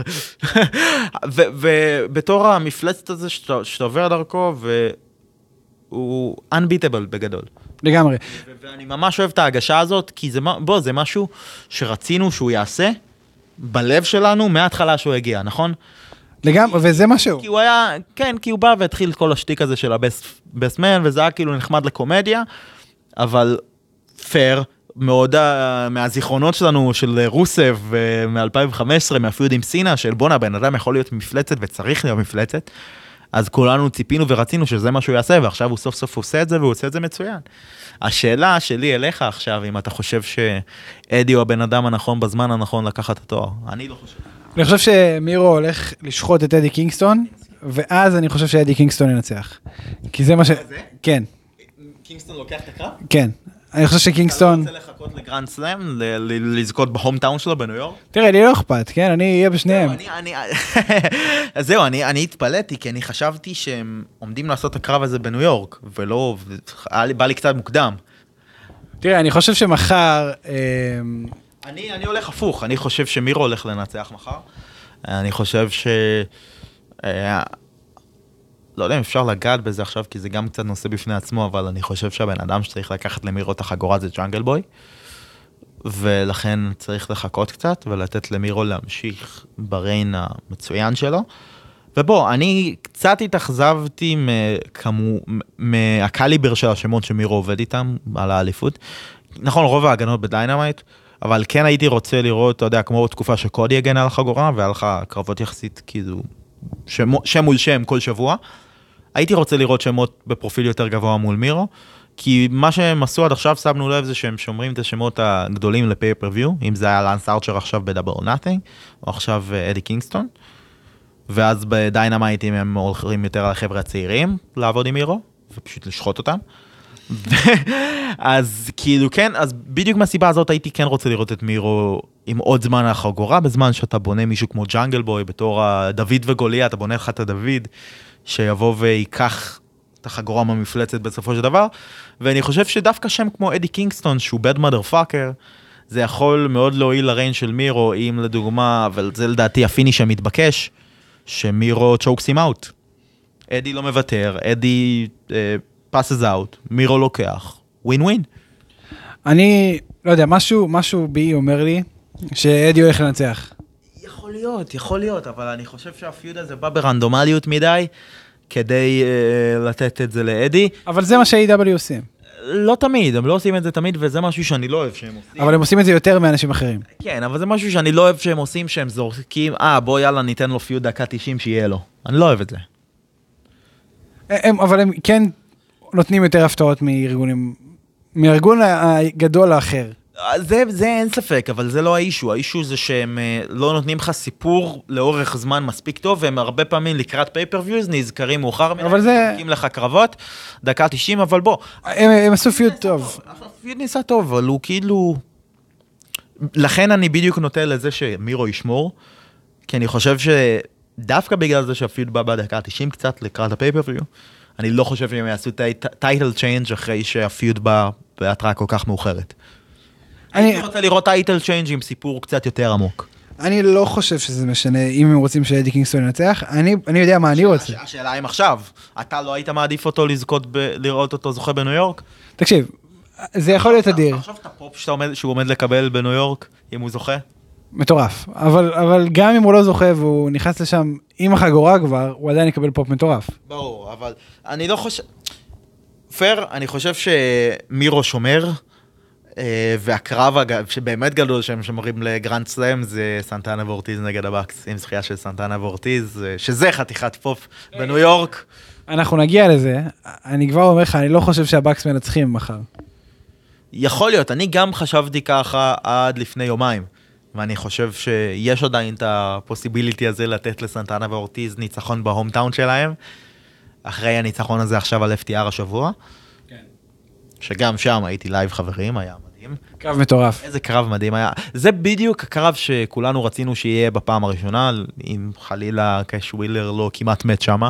ובתור המפלצת הזה שאתה, שאתה עובר דרכו, והוא unbeatable בגדול. לגמרי. ואני ממש אוהב את ההגשה הזאת, כי זה, בוא, זה משהו שרצינו שהוא יעשה בלב שלנו מההתחלה שהוא הגיע, נכון? לגמרי, וזה משהו. כי הוא היה, כן, כי הוא בא והתחיל את כל השתיק הזה של הבסט מן, וזה היה כאילו נחמד לקומדיה, אבל פייר, מאוד מהזיכרונות שלנו של רוסב מ-אלפיים וחמש עשרה, מהפיוד עם סינה, של בונה, בן אדם יכול להיות מפלצת וצריך להיות מפלצת, אז כולנו ציפינו ורצינו שזה מה שהוא יעשה, ועכשיו הוא סוף סוף עושה את זה, והוא עושה את זה מצוין. השאלה שלי אליך עכשיו, אם אתה חושב שאדי הוא הבן אדם הנכון בזמן הנכון לקחת את התואר, אני לא חושב. אני חושב שמירו הולך לשחוט את אדי קינגסטון, ואז אני חושב שאדי קינגסטון ינצח. כי זה מה ש... זה? כן. קינגסטון לוקח את הקרב? כן. אני חושב שקינגסטון... אתה לא רוצה לחכות לגרנד סלאם, לזכות בהום טאון שלו בניו יורק? תראה, לי לא אכפת, כן? אני אהיה בשניהם. אז זהו, אני התפלאתי, כי אני חשבתי שהם עומדים לעשות את הקרב הזה בניו יורק, ולא... בא לי קצת מוקדם. תראה, אני חושב שמחר... אני, אני הולך הפוך, אני חושב שמירו הולך לנצח מחר. אני חושב ש... לא יודע אם אפשר לגעת בזה עכשיו, כי זה גם קצת נושא בפני עצמו, אבל אני חושב שהבן אדם שצריך לקחת למירו את החגורה זה ג'אנגל בוי, ולכן צריך לחכות קצת, ולתת למירו להמשיך בריין המצוין שלו. ובוא, אני קצת התאכזבתי מכמו... מהקליבר של השמות שמירו עובד איתם על האליפות. נכון, רוב ההגנות בדיינמייט, אבל כן הייתי רוצה לראות, אתה יודע, כמו תקופה שקודי הגן על החגורה, והיה לך קרבות יחסית, כאילו, שם, שם מול שם כל שבוע. הייתי רוצה לראות שמות בפרופיל יותר גבוה מול מירו, כי מה שהם עשו עד עכשיו, שמנו לב זה שהם שומרים את השמות הגדולים לפייפריוויו, אם זה היה לנס ארצ'ר עכשיו בדאבל או נאטינג, או עכשיו אדי קינגסטון, ואז בדיינמייטים הם הולכים יותר על החבר'ה הצעירים לעבוד עם מירו, ופשוט לשחוט אותם. אז כאילו כן, אז בדיוק מהסיבה הזאת הייתי כן רוצה לראות את מירו עם עוד זמן החגורה, בזמן שאתה בונה מישהו כמו ג'אנגל בוי, בתור הדוד וגוליה, אתה בונה לך את הדוד, שיבוא ויקח את החגורה מהמפלצת בסופו של דבר, ואני חושב שדווקא שם כמו אדי קינגסטון, שהוא bad motherfucker, זה יכול מאוד להועיל לריין של מירו, אם לדוגמה, אבל זה לדעתי הפיניש המתבקש, שמירו צ'וקס him out. אדי לא מוותר, אדי... passes out, מירו לוקח, ווין ווין. אני, לא יודע, משהו, משהו בי אומר לי, שאדי הולך לנצח. יכול להיות, יכול להיות, אבל אני חושב שהפיוד הזה בא ברנדומליות מדי, כדי uh, לתת את זה לאדי. אבל זה מה ש-איי דאבליו עושים. לא תמיד, הם לא עושים את זה תמיד, וזה משהו שאני לא אוהב שהם עושים. אבל הם עושים את זה יותר מאנשים אחרים. כן, אבל זה משהו שאני לא אוהב שהם עושים, שהם זורקים, אה, בוא יאללה, ניתן לו פיוד דקה תשעים שיהיה לו. אני לא אוהב את זה. הם, אבל הם כן... נותנים יותר הפתעות מארגונים, מארגון הגדול האחר. זה, זה אין ספק, אבל זה לא האישו. האישו זה שהם לא נותנים לך סיפור לאורך זמן מספיק טוב, והם הרבה פעמים לקראת פייפריוויוז נזכרים מאוחר מדי, אבל זה... נותנים לך קרבות, דקה תשעים, אבל בוא. הם, הם עשו פיוד טוב. פיוד ניסה טוב, אבל הוא כאילו... לכן אני בדיוק נוטה לזה שמירו ישמור, כי אני חושב שדווקא בגלל זה שהפיוד בא בדקה תשעים קצת לקראת הפייפריוויוז, אני לא חושב שהם יעשו טייטל צ'יינג' אחרי שהפיוד בא בהתראה כל כך מאוחרת. אני רוצה לראות טייטל צ'יינג' עם סיפור קצת יותר עמוק. אני לא חושב שזה משנה, אם הם רוצים שאדי קינגסטון ינצח, אני יודע מה אני רוצה. השאלה אם עכשיו, אתה לא היית מעדיף אותו לזכות, לראות אותו זוכה בניו יורק? תקשיב, זה יכול להיות אדיר. עכשיו את הפופ שהוא עומד לקבל בניו יורק, אם הוא זוכה? מטורף, אבל, אבל גם אם הוא לא זוכה והוא נכנס לשם עם החגורה כבר, הוא עדיין יקבל פופ מטורף. ברור, אבל אני לא חושב... פייר, אני חושב שמירו שומר, והקרב שבאמת גדול שהם שומרים לגרנד סלאם, זה סנטנה ואורטיז נגד הבקס, עם זכייה של סנטנה ואורטיז, שזה חתיכת פופ בניו יורק. אנחנו נגיע לזה, אני כבר אומר לך, אני לא חושב שהבקס מנצחים מחר. יכול להיות, אני גם חשבתי ככה עד לפני יומיים. ואני חושב שיש עדיין את הפוסיביליטי הזה לתת לסנטנה ואורטיז ניצחון בהום טאון שלהם, אחרי הניצחון הזה עכשיו על אף טי אר השבוע, כן. שגם שם הייתי לייב חברים, היה מדהים. מדהים. קרב מטורף. איזה קרב מדהים היה. זה בדיוק הקרב שכולנו רצינו שיהיה בפעם הראשונה, אם חלילה קאש ווילר לא כמעט מת שמה.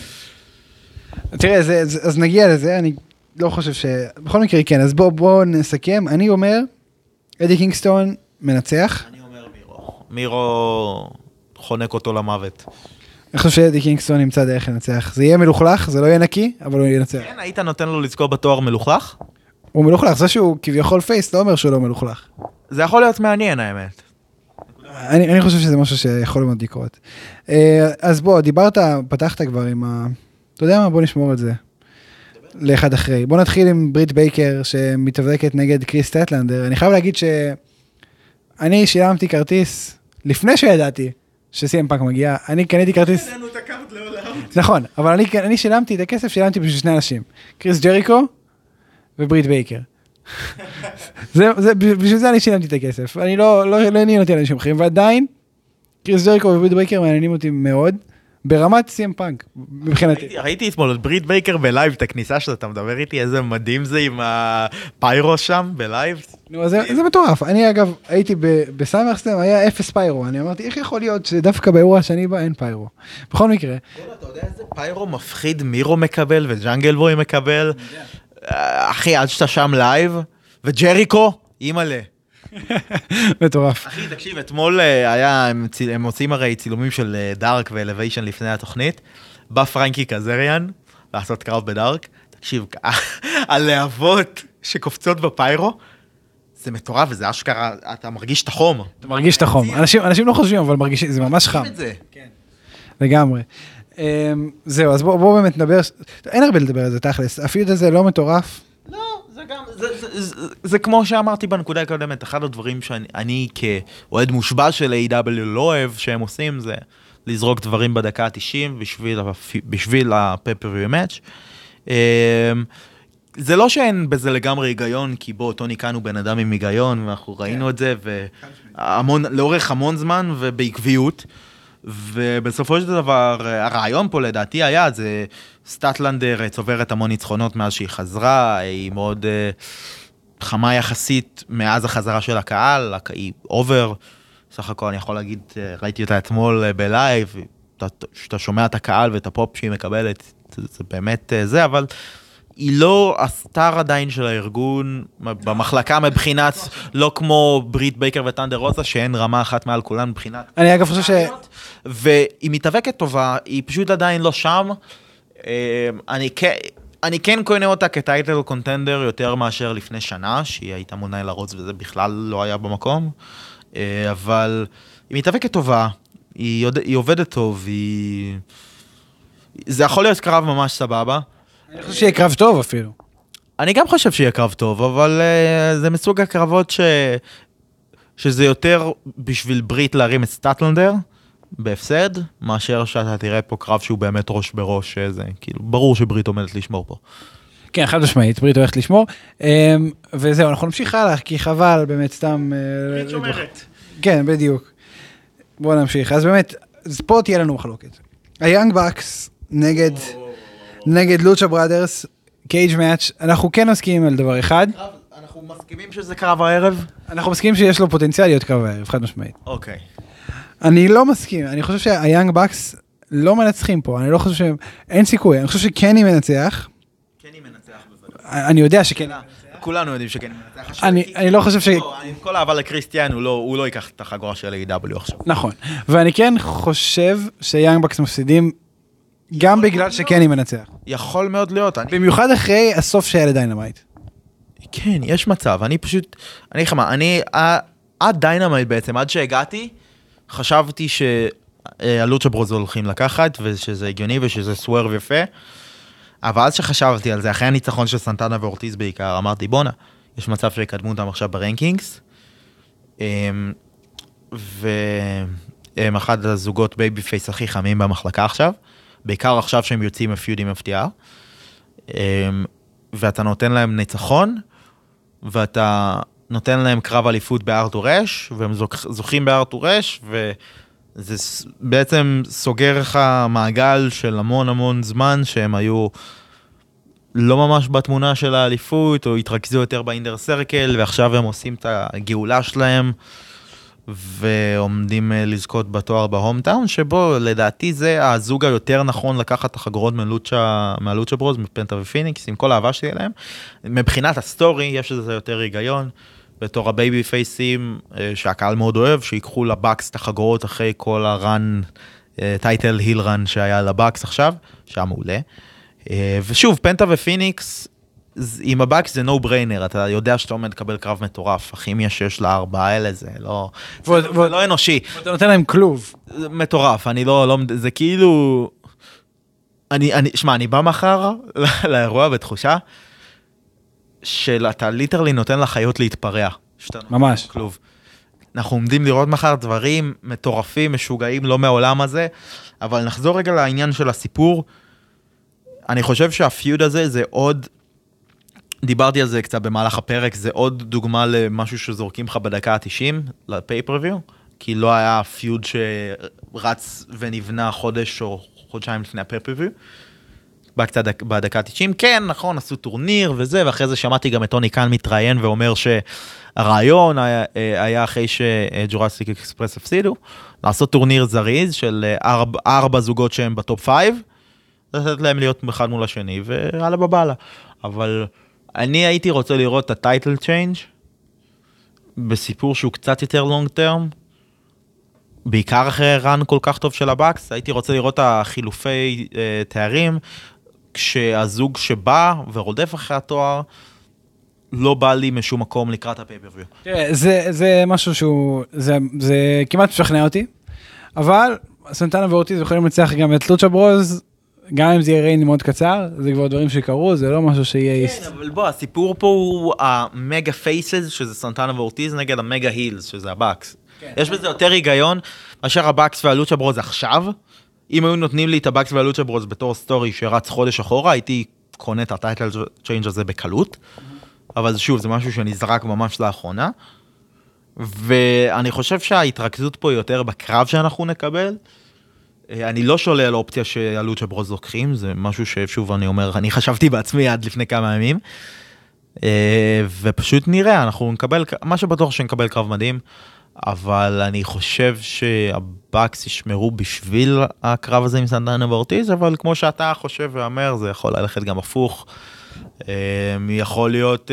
תראה, זה, אז נגיע לזה, אני לא חושב ש... בכל מקרה, כן, אז בואו בוא נסכם. אני אומר, אדי קינגסטון מנצח. אני אומר מירו. מירו חונק אותו למוות. אני חושב שאדי קינגסטון ימצא דרך לנצח. זה יהיה מלוכלך, זה לא יהיה נקי, אבל הוא ינצח. כן, היית נותן לו לזכור בתואר מלוכלך? הוא מלוכלך, זה שהוא כביכול פייס, לא אומר שהוא לא מלוכלך. זה יכול להיות מעניין, האמת. אני, אני חושב שזה משהו שיכול מאוד לקרות. אז בוא, דיברת, פתחת כבר עם ה... אתה יודע מה? בוא נשמור את זה. לאחד אחרי. בוא נתחיל עם ברית בייקר, שמתאבקת נגד קריס סטטלנדר. אני חייב להגיד שאני שילמתי כרטיס, לפני שידעתי שסי אם פאנק מגיע, אני קניתי כרטיס... נכון, אבל אני, אני שילמתי את הכסף, שילמתי בשביל שני אנשים. קריס ג'ריקו וברית בייקר. זה, זה, בשביל זה אני שילמתי את הכסף. אני לא, לא, לא עניין אותי על אנשים אחרים, ועדיין, קריס ג'ריקו וברית בייקר מעניינים אותי מאוד, ברמת סי אם פאנק, מבחינתי. ראיתי, ראיתי אתמול את ברית בייקר בלייב, את הכניסה שלו, אתה מדבר איתי, איזה מדהים זה עם הפיירו שם, בלייב. נו, זה, זה מטורף. אני אגב, הייתי בסאמרסלאם, היה אפס פיירו. אני אמרתי, איך יכול להיות שדווקא באירוע שאני בא, אין פיירו? בכל מקרה. אתה יודע איזה פיירו מפחיד מירו מקבל, וג'אנגל בוי מקבל? אחי, עד שאתה שם לייב, וג'ריקו, אימאלה. מטורף. אחי, תקשיב, אתמול היה, הם, הם עושים הרי צילומים של דארק ואלוויישן לפני התוכנית, בא פרנקי קזריאן, לעשות קרב בדארק, תקשיב, הלהבות שקופצות בפיירו, זה מטורף, וזה אשכרה, אתה מרגיש את החום. אתה מרגיש את החום. אנשים, אנשים לא חושבים, אבל מרגישים, זה ממש חם. כן. לגמרי. זהו, אז בואו באמת נדבר, אין הרבה לדבר על זה, תכלס. הפיוט הזה לא מטורף. לא, זה גם, זה, זה, זה, זה כמו שאמרתי בנקודה הקודמת, אחד הדברים שאני כאוהד מושבע של איי דאבליו לא אוהב שהם עושים, זה לזרוק דברים בדקה ה-תשעים בשביל, בשביל הפפריו מאץ'. זה לא שאין בזה לגמרי היגיון, כי בוא, טוני קאן הוא בן אדם עם היגיון, ואנחנו ראינו את זה, והמון, לאורך המון זמן ובעקביות, ובסופו של דבר, הרעיון פה לדעתי היה, זה סטטלנדר צוברת המון ניצחונות מאז שהיא חזרה, היא מאוד uh, חמה יחסית מאז החזרה של הקהל, היא אובר, סך הכל אני יכול להגיד, ראיתי אותה אתמול בלייב, שאתה שומע את הקהל ואת הפופ שהיא מקבלת, זה, זה באמת uh, זה, אבל היא לא הסטאר עדיין של הארגון, במחלקה מבחינת, לא כמו ברית בייקר וטנדר רוסה, שאין רמה אחת מעל כולן מבחינת. אני אגב חושב ש... והיא מתאבקת טובה, היא פשוט עדיין לא שם. אני כן, אני כן קונה אותה כטייטל קונטנדר יותר מאשר לפני שנה, שהיא הייתה מונה לרוץ וזה בכלל לא היה במקום. אבל היא מתאבקת טובה, היא, יודע, היא עובדת טוב, היא... זה יכול להיות קרב ממש סבבה. אני חושב שיהיה קרב טוב אפילו. אני גם חושב שיהיה קרב טוב, אבל uh, זה מסוג הקרבות ש... שזה יותר בשביל ברית להרים את סטטלנדר בהפסד, מאשר שאתה תראה פה קרב שהוא באמת ראש בראש, זה כאילו, ברור שברית עומדת לשמור פה. כן, חד משמעית, ברית הולכת לשמור, וזהו, אנחנו נמשיך הלאה, כי חבל באמת סתם... ברית שומרת. כן, בדיוק. בואו נמשיך, אז באמת, פה תהיה לנו מחלוקת. היאנג בקס נגד... נגד לוצ'ה בראדרס, קייג' מאץ', אנחנו כן מסכימים על דבר אחד. אנחנו מסכימים שזה קרב הערב? אנחנו מסכימים שיש לו פוטנציאל להיות קרב הערב, חד משמעית. אוקיי. אני לא מסכים, אני חושב שהיאנג בקס לא מנצחים פה, אני לא חושב שהם, אין סיכוי, אני חושב שקני מנצח. קני מנצח בוודאי. אני יודע שקני מנצח. כולנו יודעים שקני מנצח. אני לא חושב ש... עם כל האהבה לקריסטיאן, הוא לא ייקח את החגורה של איי דאבליו עכשיו. נכון, ואני כן חושב שיאנג בקס מפסידים גם בגלל שקני מנצח. יכול מאוד להיות. במיוחד אחרי הסוף שהיה לדיינמייט. כן, יש מצב. אני פשוט, אני חמה, אני, עד דיינמייט בעצם, עד שהגעתי, חשבתי שהלוצ'ה ברוז הולכים לקחת, ושזה הגיוני ושזה סוורב יפה, אבל אז שחשבתי על זה, אחרי הניצחון של סנטנה ואורטיז בעיקר, אמרתי, בונה, יש מצב שיקדמו אותם עכשיו ברנקינגס, והם אחד הזוגות בייבי פייס הכי חמים במחלקה עכשיו, בעיקר עכשיו שהם יוצאים מפיודים מפתיעה, ואתה נותן להם ניצחון, ואתה נותן להם קרב אליפות בארתור אש, והם זוכים בארתור אש, וזה בעצם סוגר לך מעגל של המון המון זמן, שהם היו לא ממש בתמונה של האליפות, או התרכזו יותר באינדר סרקל, ועכשיו הם עושים את הגאולה שלהם, ועומדים לזכות בתואר בהומטאון, שבו לדעתי זה הזוג היותר נכון לקחת את החגורות מלוצ'ה, מהלוצ'ה ברוז, מפנטה ופיניקס, עם כל האהבה שלי אליהם. מבחינת הסטורי, יש לזה יותר היגיון, בתור הבייבי פייסים, שהקהל מאוד אוהב, שיקחו לבקס את החגורות אחרי כל הרן, טייטל היל רן שהיה לבקס עכשיו, שהיה מעולה. ושוב, פנטה ופיניקס, עם הבקס זה no brainer, אתה יודע שאתה עומד לקבל קרב מטורף, הכימיה שיש לארבעה האלה, זה לא, זה לא אנושי. אתה נותן להם כלוב. מטורף, אני לא, לא, זה כאילו, אני, אני, שמה, אני בא מחר לאירוע בתחושה, של אתה ליטרלי נותן לחיות להתפרע. ממש. כלוב. אנחנו עומדים לראות מחר דברים מטורפים, משוגעים, לא מהעולם הזה, אבל נחזור רגע לעניין של הסיפור, אני חושב שהפיוד הזה זה עוד, דיברתי על זה קצת במהלך הפרק, זה עוד דוגמה למשהו שזורקים לך בדקה ה-תשעים, לפייפריוויו, כי לא היה פיוד שרץ ונבנה חודש או חודשיים לפני הפייפריוויו, בקצת בדקה ה-תשעים, כן, נכון, עשו טורניר וזה, ואחרי זה שמעתי גם את טוני קאן מתראיין ואומר שהרעיון היה, היה אחרי שג'ורסיק אקספרס הפסידו, לעשות טורניר זריז של ארבע, ארבע זוגות שהם בטופ פייב, לתת להם להיות אחד מול השני, והלאה בבאללה. אבל אני הייתי רוצה לראות את הטייטל צ'יינג' בסיפור שהוא קצת יותר לונג טרם, בעיקר אחרי רן כל כך טוב של הבקס, הייתי רוצה לראות את החילופי uh, תארים, כשהזוג שבא ורודף אחרי התואר, לא בא לי משום מקום לקראת הפייפריוויו. תראה, זה, זה משהו שהוא, זה, זה כמעט משכנע אותי, אבל סנטנה ואורטיז יכולים לצליח גם את לוצ'ה ברוז, גם אם זה יהיה ריין מאוד קצר, זה כבר דברים שקרו, זה לא משהו שיהיה... כן, אבל בוא, הסיפור פה הוא המגה פייסס, שזה סנטנה ואורטיז, נגד המגה הילס, שזה הבקס. יש בזה יותר היגיון, מאשר הבקס והלוצ'ה ברוז עכשיו. אם היו נותנים לי את הבקס והלוצ'ה ברוז בתור סטורי שרץ חודש אחורה, הייתי קונה את הטייטל צ'יינג' הזה בקלות. אבל שוב, זה משהו שנזרק ממש לאחרונה. ואני חושב שההתרכזות פה יותר בקרב שאנחנו נקבל. אני לא שולל אופציה שהלוצ'ה ברוז לוקחים, זה משהו ששוב אני אומר, אני חשבתי בעצמי עד לפני כמה ימים. ופשוט נראה, אנחנו נקבל, מה שבטוח שנקבל קרב מדהים, אבל אני חושב שהבקס ישמרו בשביל הקרב הזה עם סנטנה ואורטיז, אבל כמו שאתה חושב ואומר, זה יכול ללכת גם הפוך. יכול להיות,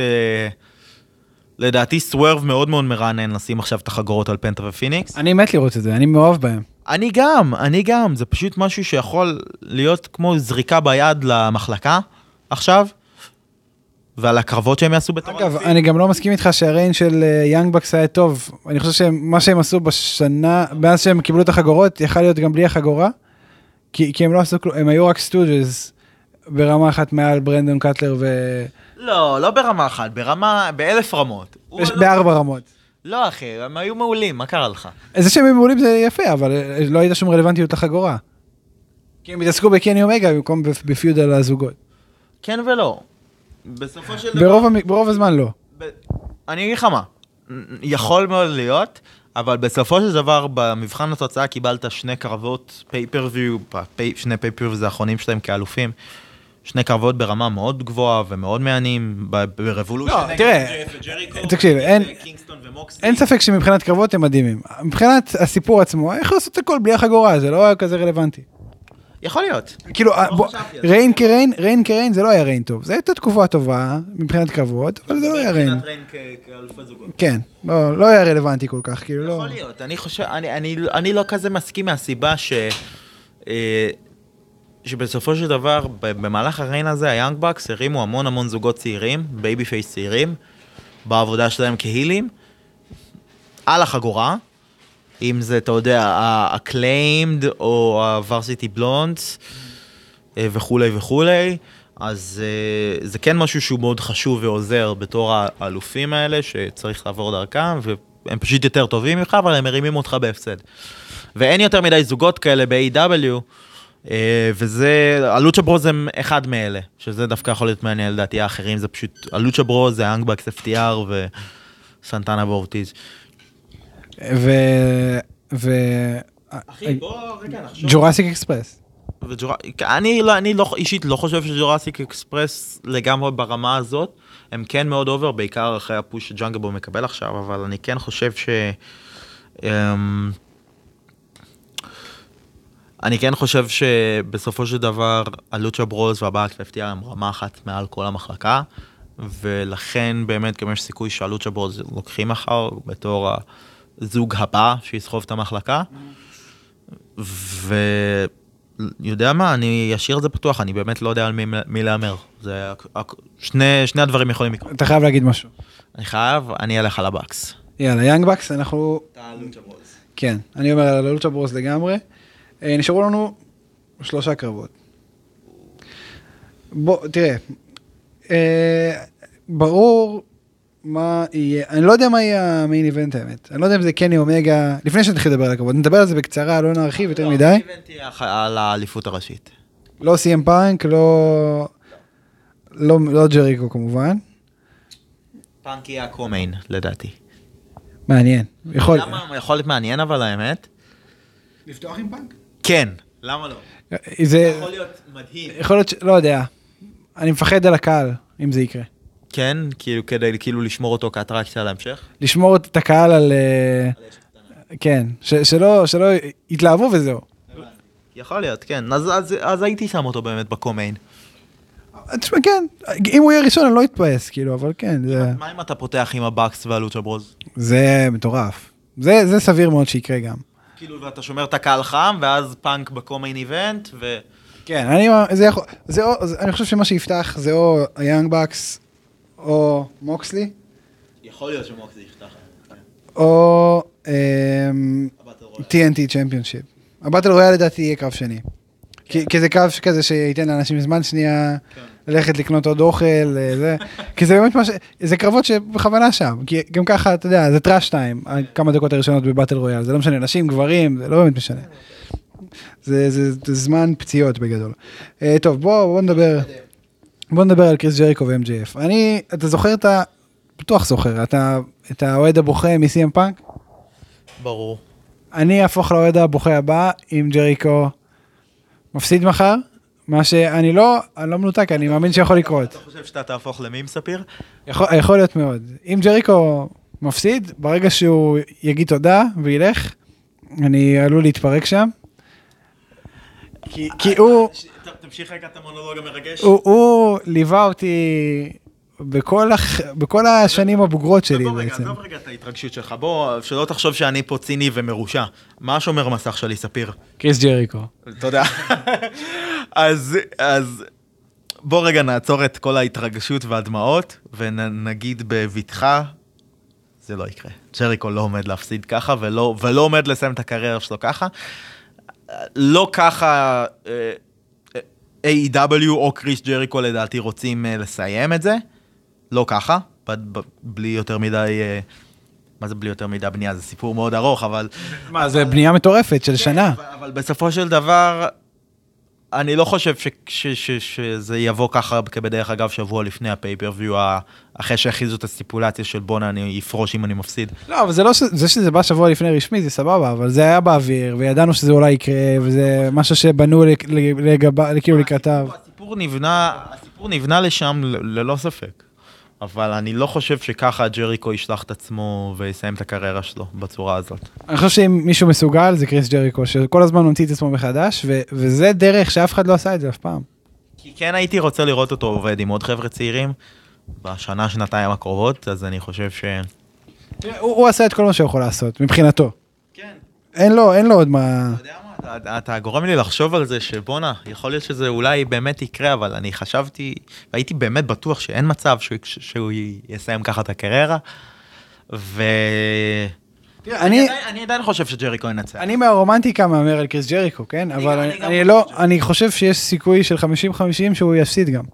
לדעתי סוורב מאוד מאוד מרענן לשים עכשיו את החגורות על פנטה ופיניקס. אני מת לראות את זה, אני מאוהב בהם. אני גם, אני גם, זה פשוט משהו שיכול להיות כמו זריקה ביד למחלקה עכשיו, ועל הקרבות שהם יעשו בתור... אגב, אני גם לא מסכים איתך שהריין של יאנג בקס היה טוב. אני חושב שמה שהם עשו בשנה, מאז שהם קיבלו את החגורות, יכל להיות גם בלי החגורה, כי, כי הם לא עשו כלום, הם היו רק סטוג'ז ברמה אחת מעל ברנדון קטלר ו... לא, לא ברמה אחת, ברמה, באלף רמות. בארבע רמות. לא אחי, הם היו מעולים, מה קרה לך? זה שהם היו מעולים זה יפה, אבל לא הייתה שום רלוונטיות לחגורה. כי הם התעסקו בקני אומגה במקום בפיוד על הזוגות. כן ולא. בסופו של דבר... ברוב, ברוב הזמן לא. ב... אני אגיד לך מה, יכול מאוד להיות, אבל בסופו של דבר במבחן התוצאה קיבלת שני קרבות פייפריוויו, פי... שני פייפריוויו זה האחרונים שלהם כאלופים, שני קרבות ברמה מאוד גבוהה ומאוד מעניינים, ברבולושן. לא, תראה, תקשיב, אין, אין ספק שמבחינת קרבות הם מדהימים. מבחינת הסיפור עצמו, איך לעשות הכל בלי החגורה, זה לא היה כזה רלוונטי. יכול להיות. כאילו, ריין כריין, ריין כריין זה לא היה ריין טוב. זה הייתה תקופה טובה מבחינת קרבות, אבל זה לא היה ריין. מבחינת ריין כאלופי זוגות. כן, לא היה רלוונטי כל כך, כאילו לא. יכול להיות, אני חושב, אני לא כזה מסכים מהסיבה ש... שבסופו של דבר, במהלך הריין הזה, היאנג בקס הרימו המון המון זוגות צעירים, בייבי פייס צעירים, בעבודה שלהם כהילים, על החגורה, אם זה, אתה יודע, ה-acclaimed או ה-varsity blondes וכולי וכולי, אז זה כן משהו שהוא מאוד חשוב ועוזר בתור האלופים האלה, שצריך לעבור דרכם, והם פשוט יותר טובים ממך, אבל הם מרימים אותך בהפסד. ואין יותר מדי זוגות כאלה ב-איי דאבליו, וזה, הלוצ'ה ברוז הם אחד מאלה, שזה דווקא יכול להיות מעניין לדעתי האחרים, זה פשוט, הלוצ'ה ברוז זה האנג בקס אף טי אר וסנטנה ואורטיז. ו... ו... אחי, בוא רגע נחשוב. ג'ורסיק אקספרס. אני, לא, אני לא, אישית לא חושב שג'ורסיק אקספרס לגמרי ברמה הזאת, הם כן מאוד אובר, בעיקר אחרי הפוש שג'אנגל בול מקבל עכשיו, אבל אני כן חושב ש... אני כן חושב שבסופו של דבר, הלוצ'ה ברוז והבאקס ו-אף טי איי הם רמה אחת מעל כל המחלקה, ולכן באמת גם יש סיכוי שהלוצ'ה ברוז לוקחים מחר בתור הזוג הבא שיסחוב את המחלקה, ויודע מה, אני אשאיר את זה פתוח, אני באמת לא יודע על מי, מי לאמר. זה, שני, שני הדברים יכולים לקרות. אתה חייב להגיד משהו. אני חייב, אני אלך על הבאקס. יאללה, יאנג בקס, אנחנו... אתה הלוצ'ה ברוז. כן, אני אומר על הלוצ'ה ברוז לגמרי. נשארו לנו שלושה קרבות. בוא, תראה, ברור מה יהיה, אני לא יודע מה יהיה המיין איבנט האמת, אני לא יודע אם זה קני אומגה, לפני שנתחיל לדבר על הקרבות, נדבר על זה בקצרה, לא נרחיב יותר מדי. המיין איבנט יהיה על האליפות הראשית. לא סי אם פאנק, לא, לא ג'ריקו כמובן. פאנק יהיה הקומיין, לדעתי. מעניין. יכול להיות מעניין אבל האמת. לפתוח עם פאנק? כן, למה לא? זה יכול להיות מדהים. יכול להיות, לא יודע, אני מפחד על הקהל, אם זה יקרה. כן, כאילו כדי כאילו לשמור אותו כאטרקציה להמשך? לשמור את הקהל על... כן, שלא, שלא יתלהבו וזהו. יכול להיות, כן, אז, אז, אז הייתי שם אותו באמת בקומיין. תשמע, כן, אם הוא יהיה ראשון אני לא אתפעס, כאילו, אבל כן. זה... מה אם אתה פותח עם הבאקס והלוצ'ה ברוז? זה מטורף. זה, זה סביר מאוד שיקרה גם. כאילו, ואתה שומר את הקהל חם, ואז פאנק בקומיין איבנט, ו... כן, אני, זה יכול, זה, זה, אני חושב שמה שיפתח זה או היאנג בקס, או מוקסלי. יכול להיות שמוקסלי יפתח. או טי אן טי צ'מפיונשיפ. הבטל רויאל לדעתי יהיה קרב שני. כי זה קרב כזה שייתן לאנשים זמן שנייה, ללכת לקנות עוד אוכל, זה. כי זה באמת מה ש... זה קרבות שבכוונה שם. כי גם ככה, אתה יודע, זה טראש טיים, כמה דקות הראשונות בבטל רויאל. זה לא משנה, נשים, גברים, זה לא באמת משנה. זה, זה, זה זמן פציעות בגדול. טוב, בוא, בוא נדבר, בוא נדבר על קריס ג'ריקו ו-אם ג'יי אף. אני, אתה זוכר את ה... בטוח זוכר, אתה, את האוהד הבוכה מ-סי אם פאנק? ברור. אני אהפוך לאוהד הבוכה הבא עם ג'ריקו מפסיד מחר, מה שאני לא, אני לא מנותק, אני מאמין שיכול לקרות. אתה חושב שאתה תהפוך למים ספיר? יכול, יכול להיות מאוד. אם ג'ריקו מפסיד, ברגע שהוא יגיד תודה וילך, אני עלול להתפרק שם. כי, כי הוא... תמשיך רגע את המונולוג המרגש. הוא, הוא ליווה אותי בכל, הח... בכל השנים הבוגרות שלי בוא בעצם. רגע, עזוב רגע את ההתרגשות שלך. בוא, שלא תחשוב שאני פה ציני ומרושע. מה השומר מסך שלי, ספיר? קריס ג'ריקו. תודה. אז, אז בוא רגע נעצור את כל ההתרגשות והדמעות, ונגיד בביטחה, זה לא יקרה. ג'ריקו לא עומד להפסיד ככה, ולא, ולא עומד לסיים את הקריירה שלו ככה. לא ככה איי אי דאבליו או קריס ג'ריקו לדעתי רוצים לסיים את זה. לא ככה, בלי יותר מדי... מה זה בלי יותר מדי בנייה? זה סיפור מאוד ארוך, אבל... מה, זה בנייה מטורפת של שנה. אבל בסופו של דבר, אני לא חושב שזה יבוא ככה כבדרך אגב שבוע לפני הפייפריוויו, אחרי שהכריזו את הסטיפולציה של בונה, אני אפרוש אם אני מפסיד. לא, אבל זה לא, זה שזה בא שבוע לפני רשמי, זה סבבה, אבל זה היה באוויר, וידענו שזה אולי יקרה, וזה משהו שבנו כאילו לקראתיו. הסיפור נבנה, הסיפור נבנה לשם ללא ספק. אבל אני לא חושב שככה ג'ריקו ישלח את עצמו ויסיים את הקריירה שלו בצורה הזאת. אני חושב שאם מישהו מסוגל זה קריס ג'ריקו, שכל הזמן ממציא את עצמו מחדש, ו- וזה דרך שאף אחד לא עשה את זה אף פעם. כי כן הייתי רוצה לראות אותו עובד עם עוד חבר'ה צעירים, בשנה, שנתיים הקרובות, אז אני חושב ש... הוא, הוא עשה את כל מה שהוא יכול לעשות, מבחינתו. כן. אין לו, אין לו עוד מה... אתה יודע מה? אתה, אתה גורם לי לחשוב על זה שבונה, יכול להיות שזה אולי באמת יקרה, אבל אני חשבתי, והייתי באמת בטוח שאין מצב שהוא, שהוא יסיים ככה את הקריירה, ו... תראה, אני, אני, עדיין, אני עדיין חושב שג'ריקו ינצח. אני מהרומנטיקה מאמר על קריס ג'ריקו, כן? אני אבל אני, אני, אני לא, אני חושב שיש סיכוי של חמישים חמישים שהוא יפסיד גם.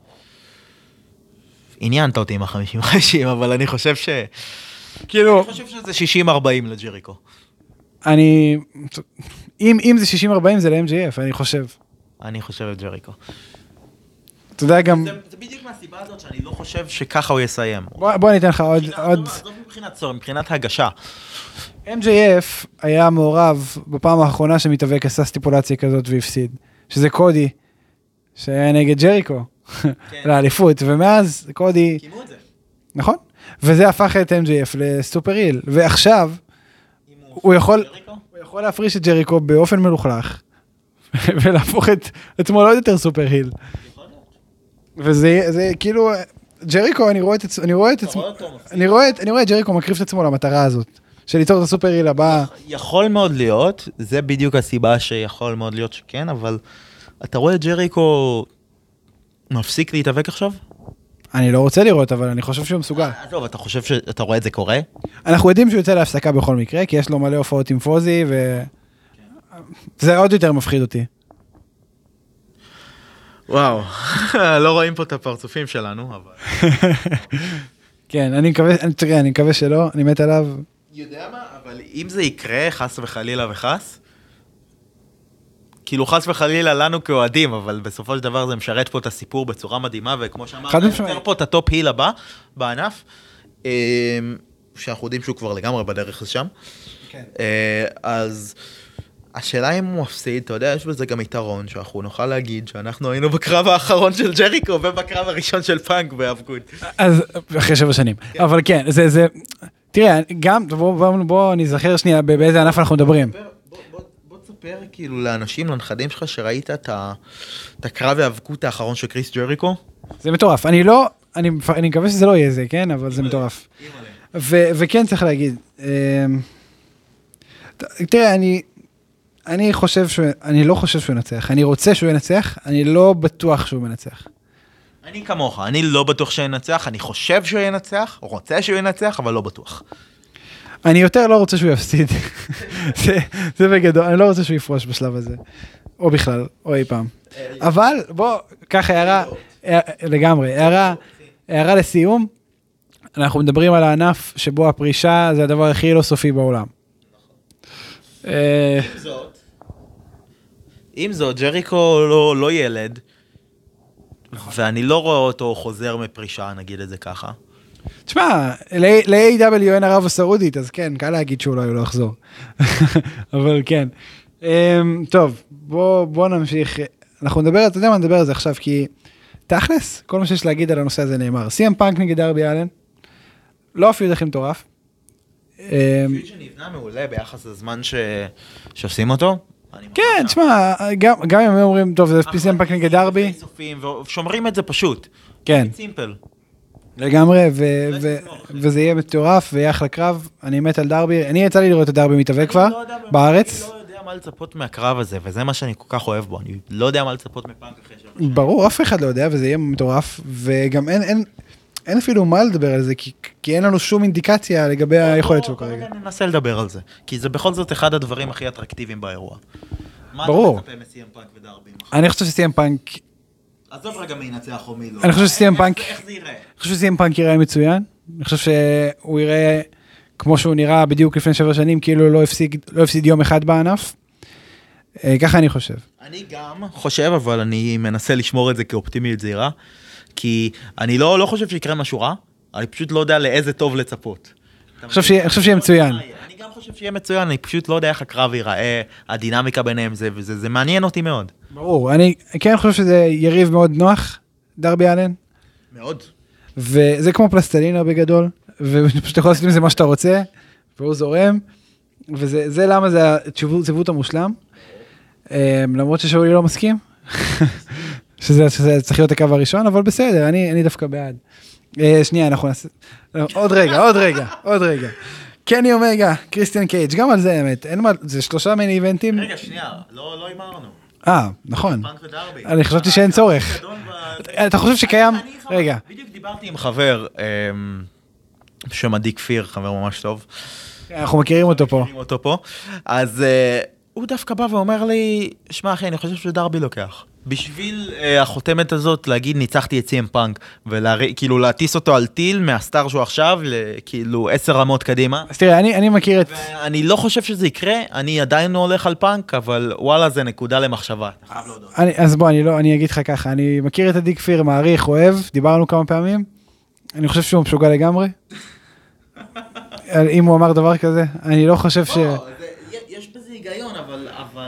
עניינת אותי עם ה-חמישים חמישים, אבל אני חושב ש... כאילו... אני חושב שזה שישים ארבעים לג'ריקו. אני... אם, אם זה שישים ארבעים זה ל-אם ג'יי אף, אני חושב. אני חושב את ג'ריקו. אתה יודע גם... זה, זה בדיוק מהסיבה הזאת שאני לא חושב שככה הוא יסיים. בוא, בוא ניתן לך עוד... מבחינת, עוד... זו מבחינת צור, מבחינת הגשה. אם ג'יי אף היה מעורב בפעם האחרונה שמתאבק עשה סטיפולציה כזאת והפסיד. שזה קודי, שהיה נגד ג'ריקו, לאליפות, ומאז קודי... קימו את זה. נכון, וזה הפך את אם ג'י אף לסופר היל, ועכשיו הוא יכול, הוא יכול להפריש את ג'ריקו באופן מלוכלך, ולהפוך את עצמו לעוד יותר סופר היל. וזה זה כאילו, ג'ריקו, אני רואה את עצמו, אני רואה את עצמו, אני רואה את, אני רואה את ג'ריקו מקריב את עצמו למטרה הזאת, של ליצור את הסופר היל הבא. יכול מאוד להיות, זה בדיוק הסיבה שיכול מאוד להיות שכן, אבל אתה רואה את ג'ריקו מפסיק להתאבק עכשיו? אני לא רוצה לראות, אבל אני חושב שהוא מסוגל. טוב, אתה חושב שאתה רואה את זה קורה? אנחנו יודעים שהוא יוצא להפסקה בכל מקרה, כי יש לו מלא הופעות עם פוזי, וזה עוד יותר מפחיד אותי. וואו, לא רואים פה את הפרצופים שלנו, אבל... כן, אני מקווה, תראה, אני מקווה שלא, אני מת עליו. יודע מה, אבל אם זה יקרה, חס וחלילה וחס, כאילו חס וחלילה לנו כאוהדים, אבל בסופו של דבר זה משרת פה את הסיפור בצורה מדהימה, וכמו שאמרת, יוצר פה את הטופ היל הבא בענף, שאנחנו יודעים שהוא כבר לגמרי בדרך לשם. אז השאלה אם הוא מפסיד, אתה יודע, יש בזה גם יתרון, שאנחנו נוכל להגיד שאנחנו היינו בקרב האחרון של ג'ריקו, ובקרב הראשון של פאנק בהאבקות. אז אחרי שבע שנים. אבל כן, זה, זה, תראה, גם, בואו נזכר שנייה באיזה ענף אנחנו מדברים. תספר כאילו לאנשים, לנכדים שלך, שראית את הקרב ההאבקות האחרון של קריס ג'ריקו? זה מטורף. אני לא, אני, אני מקווה שזה לא יהיה זה, כן? אבל זה מטורף. וכן צריך להגיד, תראה, אני, אני חושב שהוא, אני לא חושב שהוא ינצח. אני רוצה שהוא ינצח, אני לא בטוח שהוא מנצח. אני כמוך, אני לא בטוח שהוא ינצח, אני חושב שהוא ינצח, או רוצה שהוא ינצח, אבל לא בטוח. אני יותר לא רוצה שהוא יפסיד. זה, זה בגדול, אני לא רוצה שהוא יפרוש בשלב הזה. או בכלל, או אי פעם. אבל, בוא, ככה הערה, לגמרי, הערה, הערה לסיום, אנחנו מדברים על הענף שבו הפרישה זה הדבר הכי לא סופי בעולם. עם זאת, עם זאת, ג'ריקו לא, לא ילד, ואני לא רואה אותו חוזר מפרישה, נגיד את זה ככה. תשמע, ל-איי דאבליו אין ערב הסעודית, אז כן, קל להגיד שאולי הוא לא יחזור. אבל כן. טוב, בוא נמשיך. אנחנו נדבר, אתה יודע מה נדבר על זה עכשיו, כי תכלס, כל מה שיש להגיד על הנושא הזה נאמר. סי אם פאנק נגד דרבי אלן, לא אפילו הכי מטורף. פיוט שנבנה מעולה ביחס לזמן שעושים אותו. כן, תשמע, גם אם הם אומרים, טוב, זה סי אם פאנק נגד דרבי. שומרים את זה פשוט. כן. סימפל. לגמרי, וזה יהיה מטורף, ויהיה אחלה קרב, אני מת על דרבי, אני יצא לי לראות את דרבי מתאבק כבר, בארץ. אני לא יודע מה לצפות מהקרב הזה, וזה מה שאני כל כך אוהב בו, אני לא יודע מה לצפות מפאנק אחרי שבע. ברור, אף אחד לא יודע, וזה יהיה מטורף, וגם אין אפילו מה לדבר על זה, כי אין לנו שום אינדיקציה לגבי היכולת שלו כרגע. אני ננסה לדבר על זה, כי זה בכל זאת אחד הדברים הכי אטרקטיביים באירוע. ברור. מה אתה מצפה מסי אם פאנק ודרבי? אני חושב שסי אם פאנק עזוב רגע מי ינצח או מי לא. אני חושב שסי אם פאנק, איך זה ייראה? אני חושב שסי אם פאנק ייראה מצוין. אני חושב שהוא ייראה כמו שהוא נראה בדיוק לפני שבע שנים, כאילו לא הפסיד, לא הפסיד יום אחד בענף. ככה אני חושב. אני גם חושב, אבל אני מנסה לשמור את זה כאופטימיות זהירה, כי אני לא, לא חושב שיקרה משהו רע, אני פשוט לא יודע לאיזה טוב לצפות. אני חושב שיהיה מצוין. אני גם חושב שיהיה מצוין, אני פשוט לא יודע איך הקרב ייראה, הדינמיקה ביניהם, זה, וזה, זה מעניין אותי מאוד. ברור, אני כן חושב שזה יריב מאוד נוח, דרבי אלן. מאוד. וזה כמו פלסטלינה בגדול, ופשוט יכול לעשות עם זה מה שאתה רוצה, והוא זורם, וזה למה זה הציוות המושלם, למרות ששאולי לא מסכים, שזה צריך להיות הקו הראשון, אבל בסדר, אני דווקא בעד. שנייה, אנחנו נעשה, עוד רגע, עוד רגע, עוד רגע. קני אומגה, קריסטיאן קייג', גם על זה האמת, זה שלושה מיני איבנטים. רגע, שנייה, לא אמרנו. אה, נכון. אני חשבתי שאין צורך. אתה חושב שקיים? רגע. בדיוק דיברתי עם חבר, בשם עדי כפיר, חבר ממש טוב. אנחנו מכירים אותו פה. מכירים אותו פה. אז הוא דווקא בא ואומר לי, שמע אחי, אני חושב שדרבי לוקח. בשביל החותמת הזאת להגיד ניצחתי את סי אם פאנק, וכאילו להטיס אותו על טיל מהסטאר שהוא עכשיו, כאילו עשר רמות קדימה. אז תראה, אני מכיר את... ואני לא חושב שזה יקרה, אני עדיין לא הולך על פאנק, אבל וואלה זה נקודה למחשבה. אז בוא, אני אגיד לך ככה, אני מכיר את עדי כפיר, מעריך, אוהב, דיברנו כמה פעמים, אני חושב שהוא משוגע לגמרי. אם הוא אמר דבר כזה, אני לא חושב ש... יש בזה היגיון, אבל...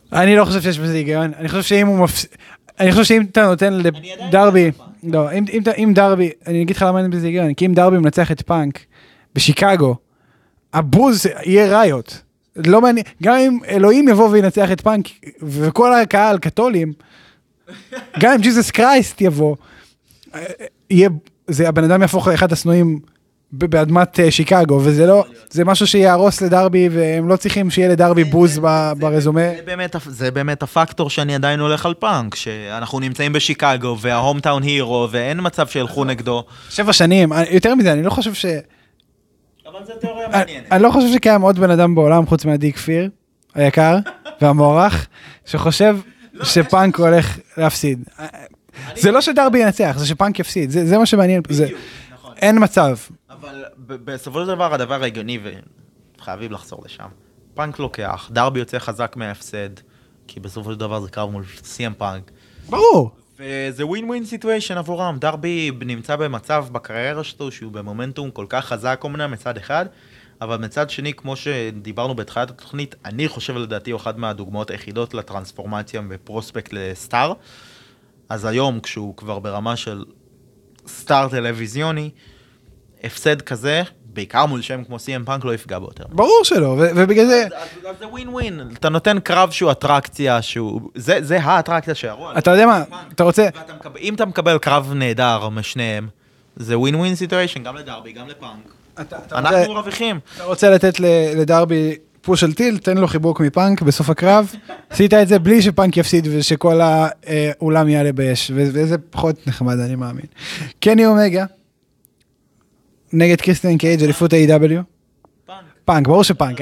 אני לא חושב שיש בזה היגיון, אני חושב שאם הוא מפסיד, אני חושב שאם אתה נותן לדרבי, לא, אם, אם, אם דרבי, אני אגיד לך למה אין בזה היגיון, כי אם דרבי מנצח את פאנק בשיקגו, הבוז יהיה ראיות. לא מעניין, גם אם אלוהים יבוא וינצח את פאנק, וכל הקהל קתולים, גם אם ג'יזוס קרייסט יבוא, יהיה, זה, הבן אדם יהפוך לאחד הסנועים באדמת שיקגו, וזה לא, זה משהו שיהרוס לדרבי, והם לא צריכים שיהיה לדרבי בוז ברזומה. זה באמת הפקטור שאני עדיין הולך על פאנק, שאנחנו נמצאים בשיקגו, וההום טאון הירו, ואין מצב שילכו נגדו. שבע שנים, יותר מזה, אני לא חושב ש... אבל זה תיאוריה מעניינת. אני לא חושב שקיים עוד בן אדם בעולם, חוץ מהדי כפיר, היקר, והמוערך, שחושב שפאנק הולך להפסיד. זה לא שדרבי ינצח, זה שפאנק יפסיד, זה מה שמעניין. אין מצב. אבל בסופו של דבר, הדבר ההגיוני, וחייבים לחזור לשם, פאנק לוקח, דרבי יוצא חזק מההפסד, כי בסופו של דבר זה קרב מול סי אם פאנק. ברור. וזה ווין ווין סיטואשן עבורם. דרבי נמצא במצב בקריירה שלו, שהוא במומנטום כל כך חזק אומנם מצד אחד, אבל מצד שני, כמו שדיברנו בתחילת התוכנית, אני חושב לדעתי הוא אחד מהדוגמאות היחידות לטרנספורמציה בפרוספקט לסטאר. אז היום, כשהוא כבר ברמה של סטאר טלוויזיוני, הפסד כזה, בעיקר מול שם כמו סי אם פאנק, לא יפגע בו יותר. ברור שלא, ובגלל זה... אז זה ווין ווין. אתה נותן קרב שהוא אטרקציה, שהוא... זה האטרקציה שהראו. אתה יודע מה, אתה רוצה... אם אתה מקבל קרב נהדר משניהם, זה ווין ווין סיטואשן, גם לדרבי, גם לפאנק. אנחנו רוויחים. אתה רוצה לתת לדרבי פוש על טיל, תן לו חיבוק מפאנק בסוף הקרב, עשית את זה בלי שפאנק יפסיד ושכל האולם יעלה באש, וזה פחות נחמד, אני מאמין. קני אומגה, נגד קריסטיאן קייג' אליפות ה-איי דאבליו. פאנק. פאנק, ברור שפאנק.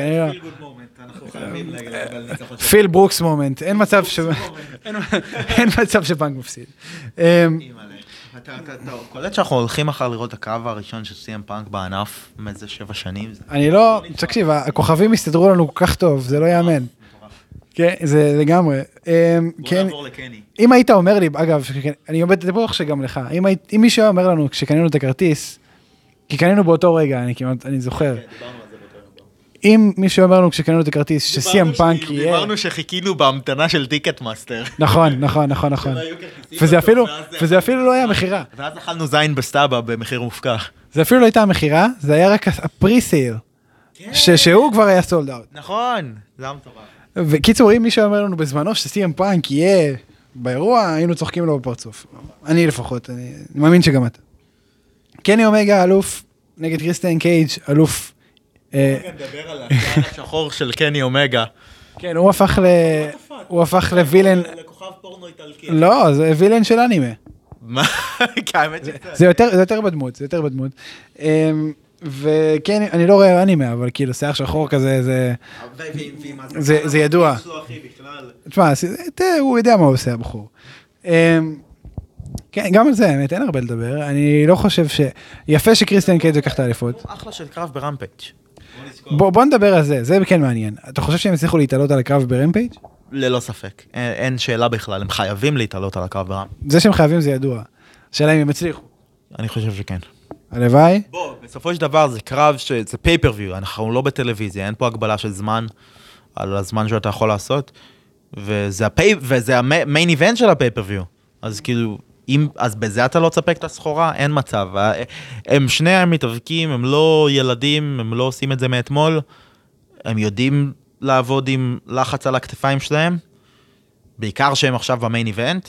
פיל ברוקס מומנט, אין מצב ש... אין מצב שפאנק מפסיד. קולט שאנחנו הולכים אחר לראות את הקרב הראשון של סי אם פאנק בענף מאיזה שבע שנים. אני לא... תקשיב, הכוכבים הסתדרו לנו כל כך טוב, זה לא יאמן. כן, זה לגמרי. בוא נעבור לקני. אם היית אומר לי, אגב, אני עובד בטוח שגם לך, אם מישהו היה אומר לנו כשקנינו את הכרטיס, כי קנינו באותו רגע, אני כמעט, אני זוכר. אם מישהו אומר לנו כשקנינו את הכרטיס, שסי אם פאנק יהיה... דיברנו שחיכינו בהמתנה של טיקט מאסטר. נכון, נכון, נכון, נכון. וזה אפילו, וזה אפילו לא היה מחירה. ואז אכלנו זין בסטאבה במחיר מופקח. זה אפילו לא הייתה המחירה, זה היה רק הפרי-סייל. שהוא כבר היה סולד אאוט. נכון, זה היה מטורף. וקיצור, אם מישהו אומר לנו בזמנו שסי אם פאנק יהיה באירוע, היינו צוחקים לו בפרצוף. אני לפחות, אני מאמין שגם אתה. קני אומגה, אלוף, נגד קריסטיאן קייג', אלוף. נדבר על הצער השחור של קני אומגה. כן, הוא הפך ל... הוא הפך לווילן... לכוכב פורנו איטלקי. לא, זה וילן של אנימה. מה? כאמת זה יותר בדמות, זה יותר בדמות. וכן, אני לא רואה אנימה, אבל כאילו, שיער שחור כזה, זה ידוע. תשמע, הוא יודע מה הוא עושה, הבחור. כן, גם על זה, האמת, אין הרבה לדבר. אני לא חושב ש... יפה שקריסטיאן קייג' לקח את האליפות. אחלה של קרב ברמפייג'. בוא נדבר על זה, זה כן מעניין. אתה חושב שהם הצליחו להתעלות על הקרב ברמפייג'? ללא ספק. אין שאלה בכלל, הם חייבים להתעלות על הקרב ברמפייג'. זה שהם חייבים זה ידוע. השאלה אם הם הצליחו. אני חושב שכן. הלוואי? בוא, בסופו של דבר זה קרב, זה פייפריוויו, אנחנו לא בטלוויזיה, אין פה הגבלה של זמן, על הזמן שאתה יכול לעשות, וזה המיין איבנט של הפייפריוויו. אז כאילו... אם, אז בזה אתה לא תספק את הסחורה, אין מצב. הם שני המתאבקים, הם לא ילדים, הם לא עושים את זה מאתמול, הם יודעים לעבוד עם לחץ על הכתפיים שלהם, בעיקר שהם עכשיו במיין איבנט,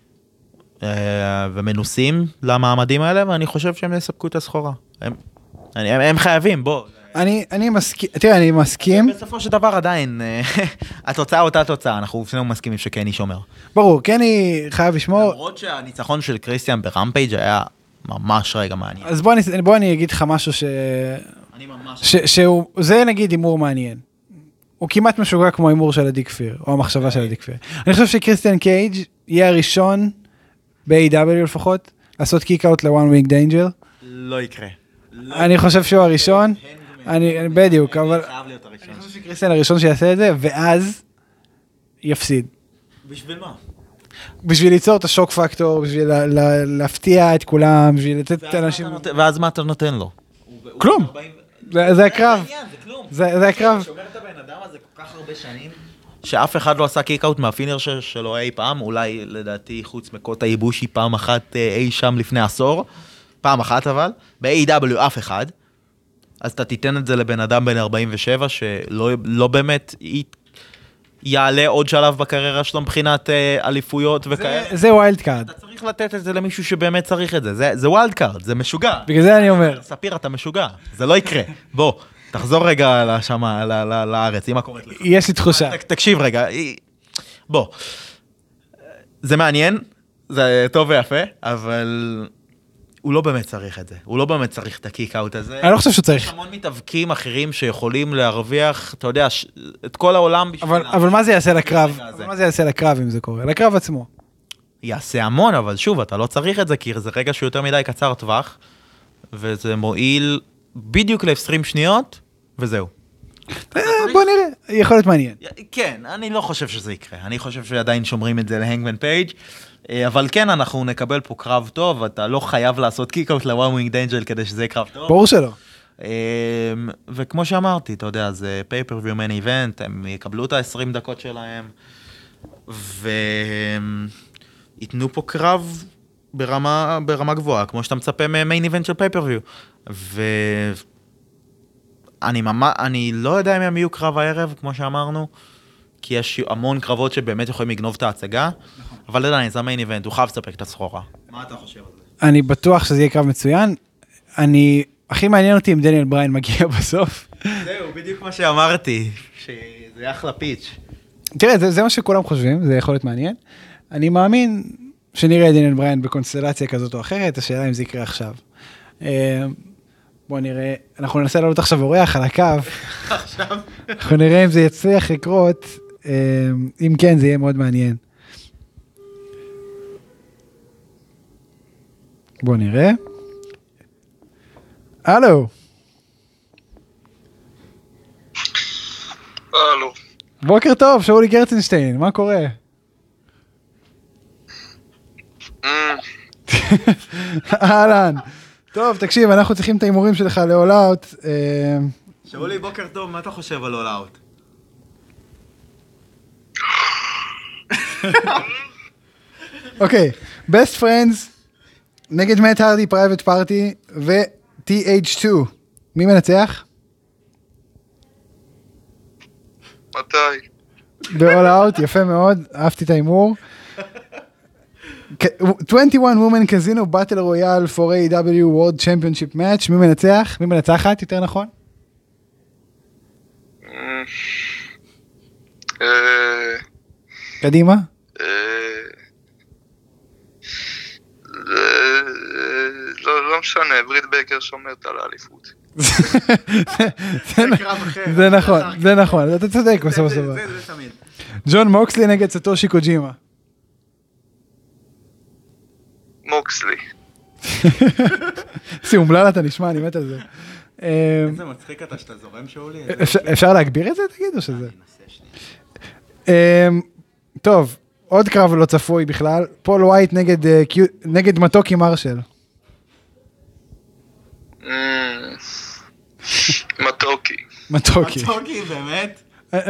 ומנוסים למעמדים האלה, ואני חושב שהם יספקו את הסחורה. הם, הם, הם חייבים, בוא. אני, אני מסכים, תראה, אני מסכים. בסופו של דבר עדיין, התוצאה אותה תוצאה, אנחנו שנינו מסכימים שקני שומר. ברור, קני חייב לשמור. למרות שהניצחון של קריסטיאן ברמפייג' היה ממש רגע מעניין. אז בוא אני, בוא אני אגיד לך משהו ש... אני ממש... ש, שהוא, זה נגיד הימור מעניין. הוא כמעט משוגע כמו הימור של עדי כפיר, או המחשבה של עדי כפיר. אני חושב שקריסטיאן קייג' יהיה הראשון, ב-איי דאבליו לפחות, לעשות קיק-אוט ל-One Week Danger. לא יקרה. אני חושב שהוא הראשון. אני, בדיוק, אבל אני חושב שקריסטיאן הראשון שיעשה את זה, ואז יפסיד. בשביל מה? בשביל ליצור את השוק פקטור, בשביל להפתיע את כולם, בשביל לתת את האנשים... ואז מה אתה נותן לו? כלום. זה הקרב. זה הקרב. שומר את הבן אדם הזה כל כך הרבה שנים, שאף אחד לא עשה קיק-אוט מהפינר שלו אי פעם, אולי לדעתי חוץ מקוטה איבושי פעם אחת אי שם לפני עשור, פעם אחת אבל, ב-איי דאבליו אף אחד, אז אתה תיתן את זה לבן אדם בן ארבעים ושבע, שלא לא באמת י... יעלה עוד שלב בקריירה שלו מבחינת אה, אליפויות וכאלה. זה, זה ווילד קארד. אתה צריך לתת את זה למישהו שבאמת צריך את זה, זה, זה ווילד קארד, זה משוגע. בגלל זה אני אומר. ספיר, אתה משוגע, זה לא יקרה. בוא, תחזור רגע לשמה, ל- ל- לארץ, אמא קוראת לך. יש לי תחושה. ת- תקשיב רגע, בוא. זה מעניין, זה טוב ויפה, אבל הוא לא באמת צריך את זה. הוא לא באמת צריך את הקיק-אוט הזה. אני לא חושב שהוא צריך. יש המון מתאבקים אחרים שיכולים להרוויח, אתה יודע, ש- את כל העולם בשביל... אבל, אבל מה זה יעשה לקרב? הרגע הזה. אבל מה זה יעשה לקרב אם זה קורה? לקרב עצמו. יעשה המון, אבל שוב, אתה לא צריך את זה, כי זה רגע שהוא יותר מדי קצר טווח, וזה מועיל בדיוק ל-עשרים שניות, וזהו. אה, בוא נראה, יכול להיות מעניין. כן, אני לא חושב שזה יקרה. אני חושב שעדיין שומרים את זה להנגמן פייג', אבל כן, אנחנו נקבל פה קרב טוב, אתה לא חייב לעשות קיק-אוט לוואמינג דנג'ל כדי שזה יהיה קרב טוב. ברור שלא. וכמו שאמרתי, אתה יודע, זה פייפריוויו מיין איבנט, הם יקבלו את ה-עשרים דקות שלהם, ויתנו פה קרב ברמה, ברמה גבוהה, כמו שאתה מצפה ממיין איבנט של פייפריוויו. ואני ממש, אני לא יודע אם הם יהיו קרב הערב, כמו שאמרנו, כי יש המון קרבות שבאמת יכולים לגנוב את ההצגה, אבל עדיין, זה המיין איבנט, הוא חייב לספק את הסחורה. מה אתה חושב על זה? אני בטוח שזה יהיה קרב מצוין. אני, הכי מעניין אותי אם דניאל בריין מגיע בסוף. זהו, בדיוק מה שאמרתי, שזה אחלה פיץ'. תראה, זה, זה מה שכולם חושבים, זה יכול להיות מעניין. אני מאמין שנראה את דניאל בריין בקונסטלציה כזאת או אחרת, השאלה אם זה יקרה עכשיו. בואו נראה, אנחנו ננסה לעלות עכשיו אורח על הקו. עכשיו? אנחנו נראה אם זה יצליח לקרות, אם כן זה יהיה מאוד מעניין. בואו נראה. הלו. הלו. בוקר טוב, שאולי גרצנשטיין, מה קורה? אהלן. טוב, תקשיב, אנחנו צריכים את ההימורים שלך ל-All Out. שאולי, בוקר טוב, מה אתה חושב על All Out? אוקיי, Best Friends נגד מאט הרדי פרייבט פארטי ו-טי אייץ' טו. מי מנצח? מתי? ב-All Out, יפה מאוד, אהבתי את ההימור. עשרים ואחת Women Casino Battle Royale for איי דאבליו World Championship Match, מי מנצח? מי מנצחת, יותר נכון? קדימה. לא משנה, ברית בייקר שומרת על האליפות. זה נכון, זה נכון, אתה צודק בסוף הסוף. ג'ון מוקסלי נגד סטושי קוג'ימה. מוקסלי. סי, אומלל אתה נשמע, אני מת על זה. איזה מצחיק אתה שאתה זורם שאולי? אפשר להגביר את זה, תגיד, או שזה? טוב, עוד קרב לא צפוי בכלל, פול ווייט נגד מתוקי מרשל. מתוקי. מתוקי. מתוקי, באמת?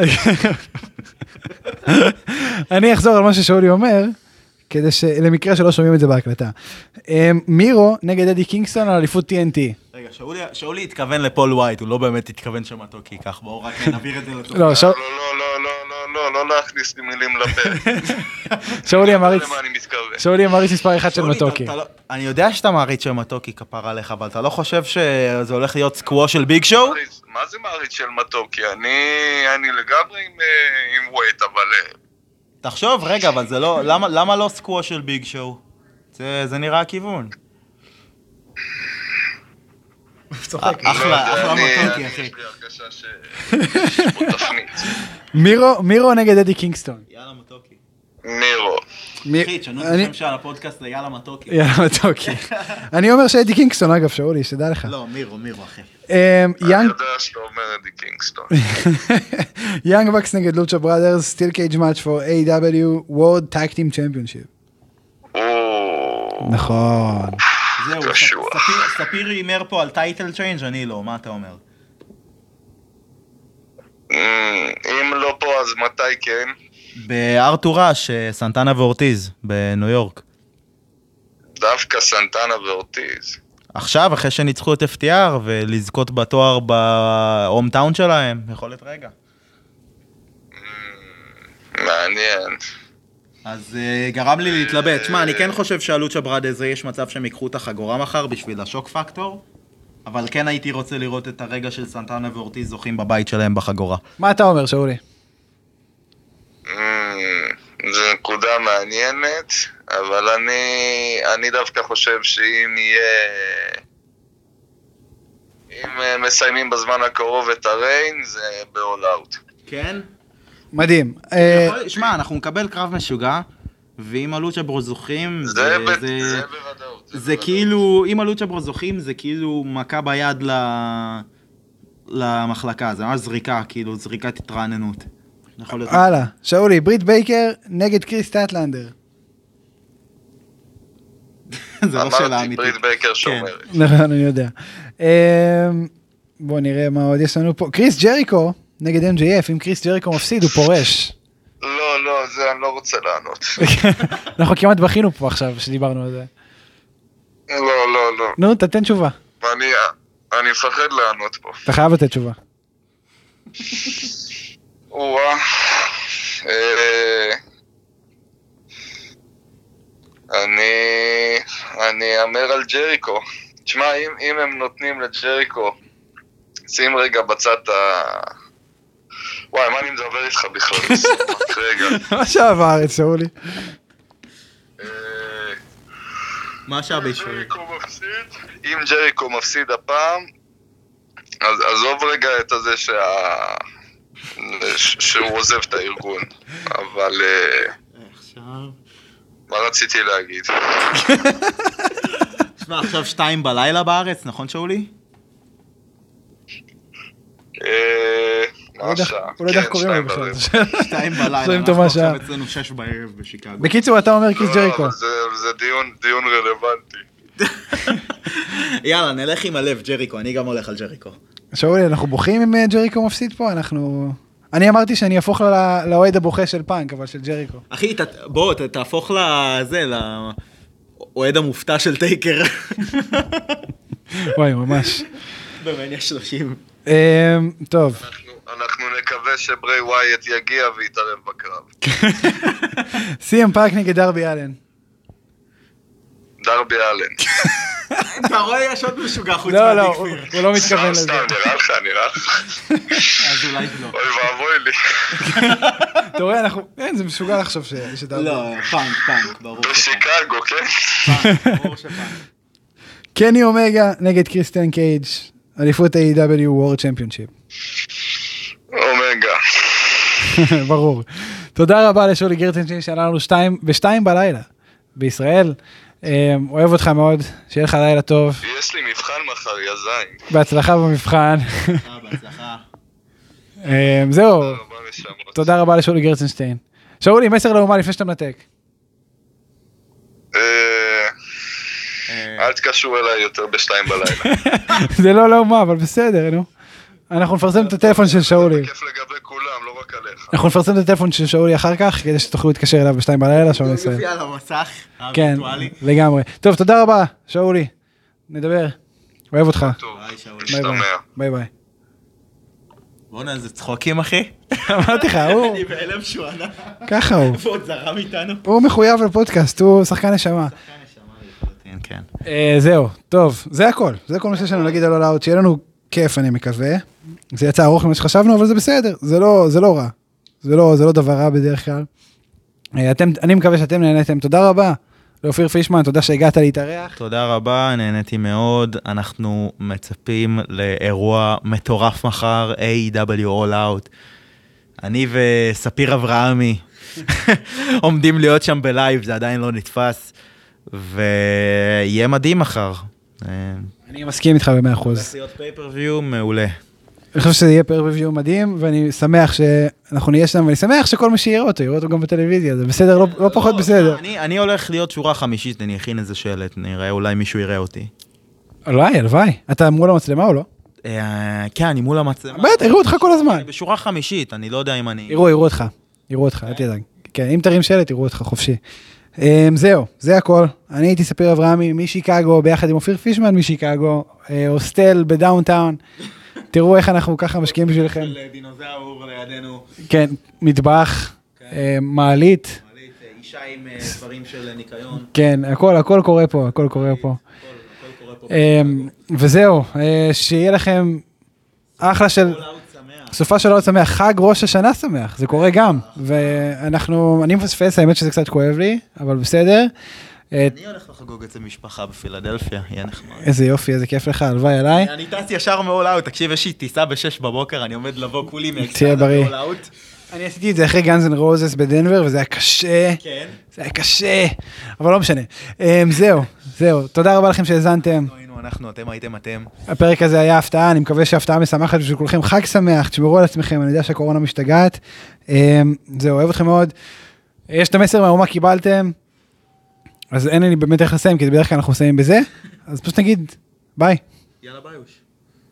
אני אחזור על מה ששאולי אומר, כדי שלמקרה שלא שומעים את זה בהקלטה. מירו נגד אדי קינגסטון על אליפות טי אן טי. רגע, שאולי התכוון לפול ווייט, הוא לא באמת התכוון שמתוקי, כך בואו רק נעביר את זה לתוך. לא, לא, לא, לא, לא, לא, לא להכניס לי מילים לפה. שאולי אמריץ, למה אני מתכוון? שאולי אמריץ מספר אחד של מתוקי. אני יודע שאתה מעריץ של מתוקי כפר עליך, אבל אתה לא חושב שזה הולך להיות סקוואו של ביג שואו? מה זה מעריץ של מתוקי? אני לגמרי עם ווייט, אבל... תחשוב, רגע, אבל זה לא, למה, למה לא סקוואו של ביג שואו? זה, זה נראה הכיוון. צוחק. אחלה, אחלה מתוקי, אחי. יש לי הרגשה שיש פה תפנית. מירו, מירו נגד אדי קינגסטון. יאללה מתוקי. מירו. אחי, תשנו את השם שעל הפודקאסט ליאללה מתוקי. יאללה מתוקי. אני אומר שאדי קינגסטון, אגב, שאולי, שתדע לך. לא, מירו, מירו, אחי. אני יודע שאתה אומר אדי קינגסטון. יאנג בקס נגד לוצ'ה בראדרס, סטיל קייג' מאץ' פור איי דאבליו World Tag Team Championship. נכון. זהו, ספיר הימר פה על טייטל צ'יינג', אני לא, מה אתה אומר? אם לא פה, אז מתי כן? בארתורש, סנטנה ואורטיז, בניו יורק. דווקא סנטנה ואורטיז. עכשיו, אחרי שניצחו את אף טי אר, ולזכות בתואר בהום טאון שלהם, יכול להיות רגע. מעניין. אז uh, גרם לי להתלבט. שמע, אני כן חושב שהלוצ'ה ברדרס יש מצב שהם ייקחו את החגורה מחר בשביל השוק פקטור, אבל כן הייתי רוצה לראות את הרגע של סנטנה ואורטיז זוכים בבית שלהם בחגורה. מה אתה אומר, שאולי? זו נקודה מעניינת, אבל אני, אני דווקא חושב שאם יהיה, אם מסיימים בזמן הקרוב את הריין, זה ב-all out. כן? מדהים. שמע, אנחנו נקבל קרב משוגע, ואם הלוצ'ה ברוז זוכים, זה, זה, ב- זה, זה בוודאות. זה, זה זה בוודאות. כאילו, אם הלוצ'ה ברוז זוכים, זה כאילו מכה ביד ל... למחלקה, זה ממש זריקה, כאילו זריקת התרעננות. יכול להיות... הלאה, שאולי, ברית בייקר נגד קריס סטטלנדר. זה לא שאלה אמרתי, אמיתית. ברית בייקר שומרת. נכון, אני יודע. בואו נראה מה עוד יש לנו פה. קריס ג'ריקו נגד אם ג'יי אף, אם קריס ג'ריקו מפסיד הוא פורש. לא, לא, זה אני לא רוצה לענות. אנחנו כמעט בכינו פה עכשיו שדיברנו על זה. לא, לא, לא. נו, תתן תשובה. אני, אני מפחד לענות פה. אתה חייב לתת תשובה. וואה. אה, אני, אני אמר על ג'ריקו. תשמע, אם, אם הם נותנים לג'ריקו, שים רגע בצד ה... וואי, מה אני מדבר איתך בכלל? רגע. מה שעה בארץ, שאולי? אה, מה השעה בישראל? ג'ריקו מפסיד, אם ג'ריקו מפסיד הפעם, אז עזוב רגע את הזה שה... ש- שהוא עוזב את הארגון, אבל אה, עכשיו... מה רציתי להגיד? תשמע, עכשיו שתיים בלילה בארץ, נכון שאולי? אה, הוא לא מה יודע- השעה? הוא לא יודע איך כן, קוראים לו שתיים בכלל. ברבע. שתיים בלילה, שואלים אותו אנחנו מה השעה. עכשיו אצלנו שש בערב בשיקגו. בקיצור, אתה אומר קריס לא, ג'ריקו. אבל זה- זה דיון- דיון רלוונטי. יאללה, נלך עם הלב, ג'ריקו, אני גם הולך על ג'ריקו. שאולי, אנחנו בוכים אם אה, ג'ריקו מפסיד פה? אנחנו... אני אמרתי שאני אהפוך ל- לאוהד הבוכה של פאנק, אבל של ג'ריקו. אחי, ת- בוא, ת- תהפוך לזה, לאוהד המופתע של טייקר. וואי, ממש. במניה שלושים. אה, טוב, אנחנו- אנחנו נקווה שברי ווייט יגיע ויתערב בקרב. סי אם פאנק נגד דרבי אלן. דרבי אלן. אתה רואה, יש עוד משוגע חוץ לא, לא, מהדיק הוא פיר. הוא לא מתכוון סתם, לזה. סתם, נראה לך, נראה לך. אז אולי לא. אוי ואבוי לי. אתה רואה, אנחנו... אין, זה משוגע לחשוב ש- שדרבי. לא, פאנק, פאנק, ברור שפאנק. בשיקגו, כן? פאנק, ברור שפאנק. קני אומגה נגד קריסטיאן קייג', אליפות ה-איי דאבליו World Championship. אומגה. ברור. תודה רבה לשולי גרטנשטיין שעלה לנו שתיים, בשתיים בלילה בישראל. אה, אוהב אותך מאוד, שיהיה לך לילה טוב. יש לי מבחן מחר, יא זין. בהצלחה במבחן. אה, בהצלחה. אה, זהו, תודה רבה נשמות. תודה רבה לשולי גרטנשטיין. שאולי, מסר לאומה לפני שאתה מנתק. אה, אה, אל תקשרו אליי יותר בשתיים בלילה. זה לא לאומה, אבל בסדר, נו. אנחנו נפרסם את הטלפון של שאולי. זה כיף לגבי כולם, לא רק עליך. אנחנו נפרסם את הטלפון של שאולי אחר כך, כדי שתוכלו להתקשר אליו בשתיים בלילה, שאולי ישראל. יופיע על המסך, כן, הווירטואלי. לגמרי. טוב, תודה רבה, שאולי. נדבר. אוהב אותך. טוב, ביי, שאולי. ביי ביי. משתמע. ביי ביי. בוא'נה, זה צחוקים, אחי. אמרתי לך, הוא, אני בהלם שהוא ענה. ככה הוא. ועוד זרם איתנו. הוא מחויב לפודקאסט, הוא שחקן נשמה. כן. אה, זהו, טוב, זה הכל. זה כל מה שיש לנו להגיד על all out, שיהיה לנו כיף, אני מקווה. זה יצא ארוך ממה שחשבנו, אבל זה בסדר, זה לא, זה לא רע. זה לא, זה לא דבר רע בדרך כלל. אה, אתם, אני מקווה שאתם נהניתם. תודה רבה לאופיר פישמן, תודה שהגעת להתארח. תודה רבה, נהניתי מאוד. אנחנו מצפים לאירוע מטורף מחר, איי דאבליו All Out. אני וספיר אברהמי עומדים להיות שם בלייב, זה עדיין לא נתפס, ויהיה מדהים מחר. אני מסכים איתך במאה אחוז. הולך להיות פייפריוויו מעולה. אני חושב שזה יהיה פרוויו מדהים, ואני שמח שאנחנו נהיה שם, ואני שמח שכל מי שיראה אותו, יראה אותו גם בטלוויזיה, זה בסדר, לא, לא פחות בסדר. אני, אני הולך להיות שורה חמישית, אני אכין איזה שלט, נראה, אולי מישהו יראה אותי. אולי, הלוואי. אתה מול המצלמה או לא? כן, אני מול המצלמה. בטח, יראו אותך כל הזמן. אני בשורה חמישית, אני לא יודע אם אני... יראו, יראו אותך. יראו אותך, אל תדאג. כן, אם תרים שלט, יראו אותך חופשי. זהו, זה הכל. אני הייתי ספיר אברהמי משיקגו, ביחד עם אופיר פישמן משיקגו, הוסטל בדאונטאון. תראו איך אנחנו ככה משקיעים בשבילכם. דינוזאור לידינו. כן, מטבח, מעלית. אישה עם דברים של ניקיון. כן, הכל, הכל קורה פה, הכל קורה פה. וזהו, שיהיה לכם אחלה של... סופה של עוד שמח, חג ראש השנה שמח, זה קורה גם. ואנחנו, אני מפספס, האמת שזה קצת כואב לי, אבל בסדר. אני הולך לחגוג אצל משפחה בפילדלפיה, יהיה נחמד. איזה יופי, איזה כיף לך, הלוואי עליי. אני טס ישר מעול אאוט, תקשיב, יש לי טיסה בשש בבוקר, אני עומד לבוא כולי תהיה בריא. מעול אאוט. אני עשיתי את זה אחרי גאנז אנד רוזס בדנבר, וזה היה קשה. כן. זה היה קשה, אבל לא משנה. זהו, זהו. תודה רבה לכם שהזנתם. היינו אנחנו, אתם הייתם אתם. הפרק הזה היה הפתעה, אני מקווה שההפתעה משמחת בשביל כולכם. חג שמח, תשמרו על עצמכם, אני יודע שהקורונה משתגעת. זהו, אוהב אתכם מאוד. יש את המסר מהאומה קיבלתם, אז אין לי באמת איך לסיים, כי בדרך כלל אנחנו מסיימים בזה. אז פשוט נגיד, ביי. יאללה ביי.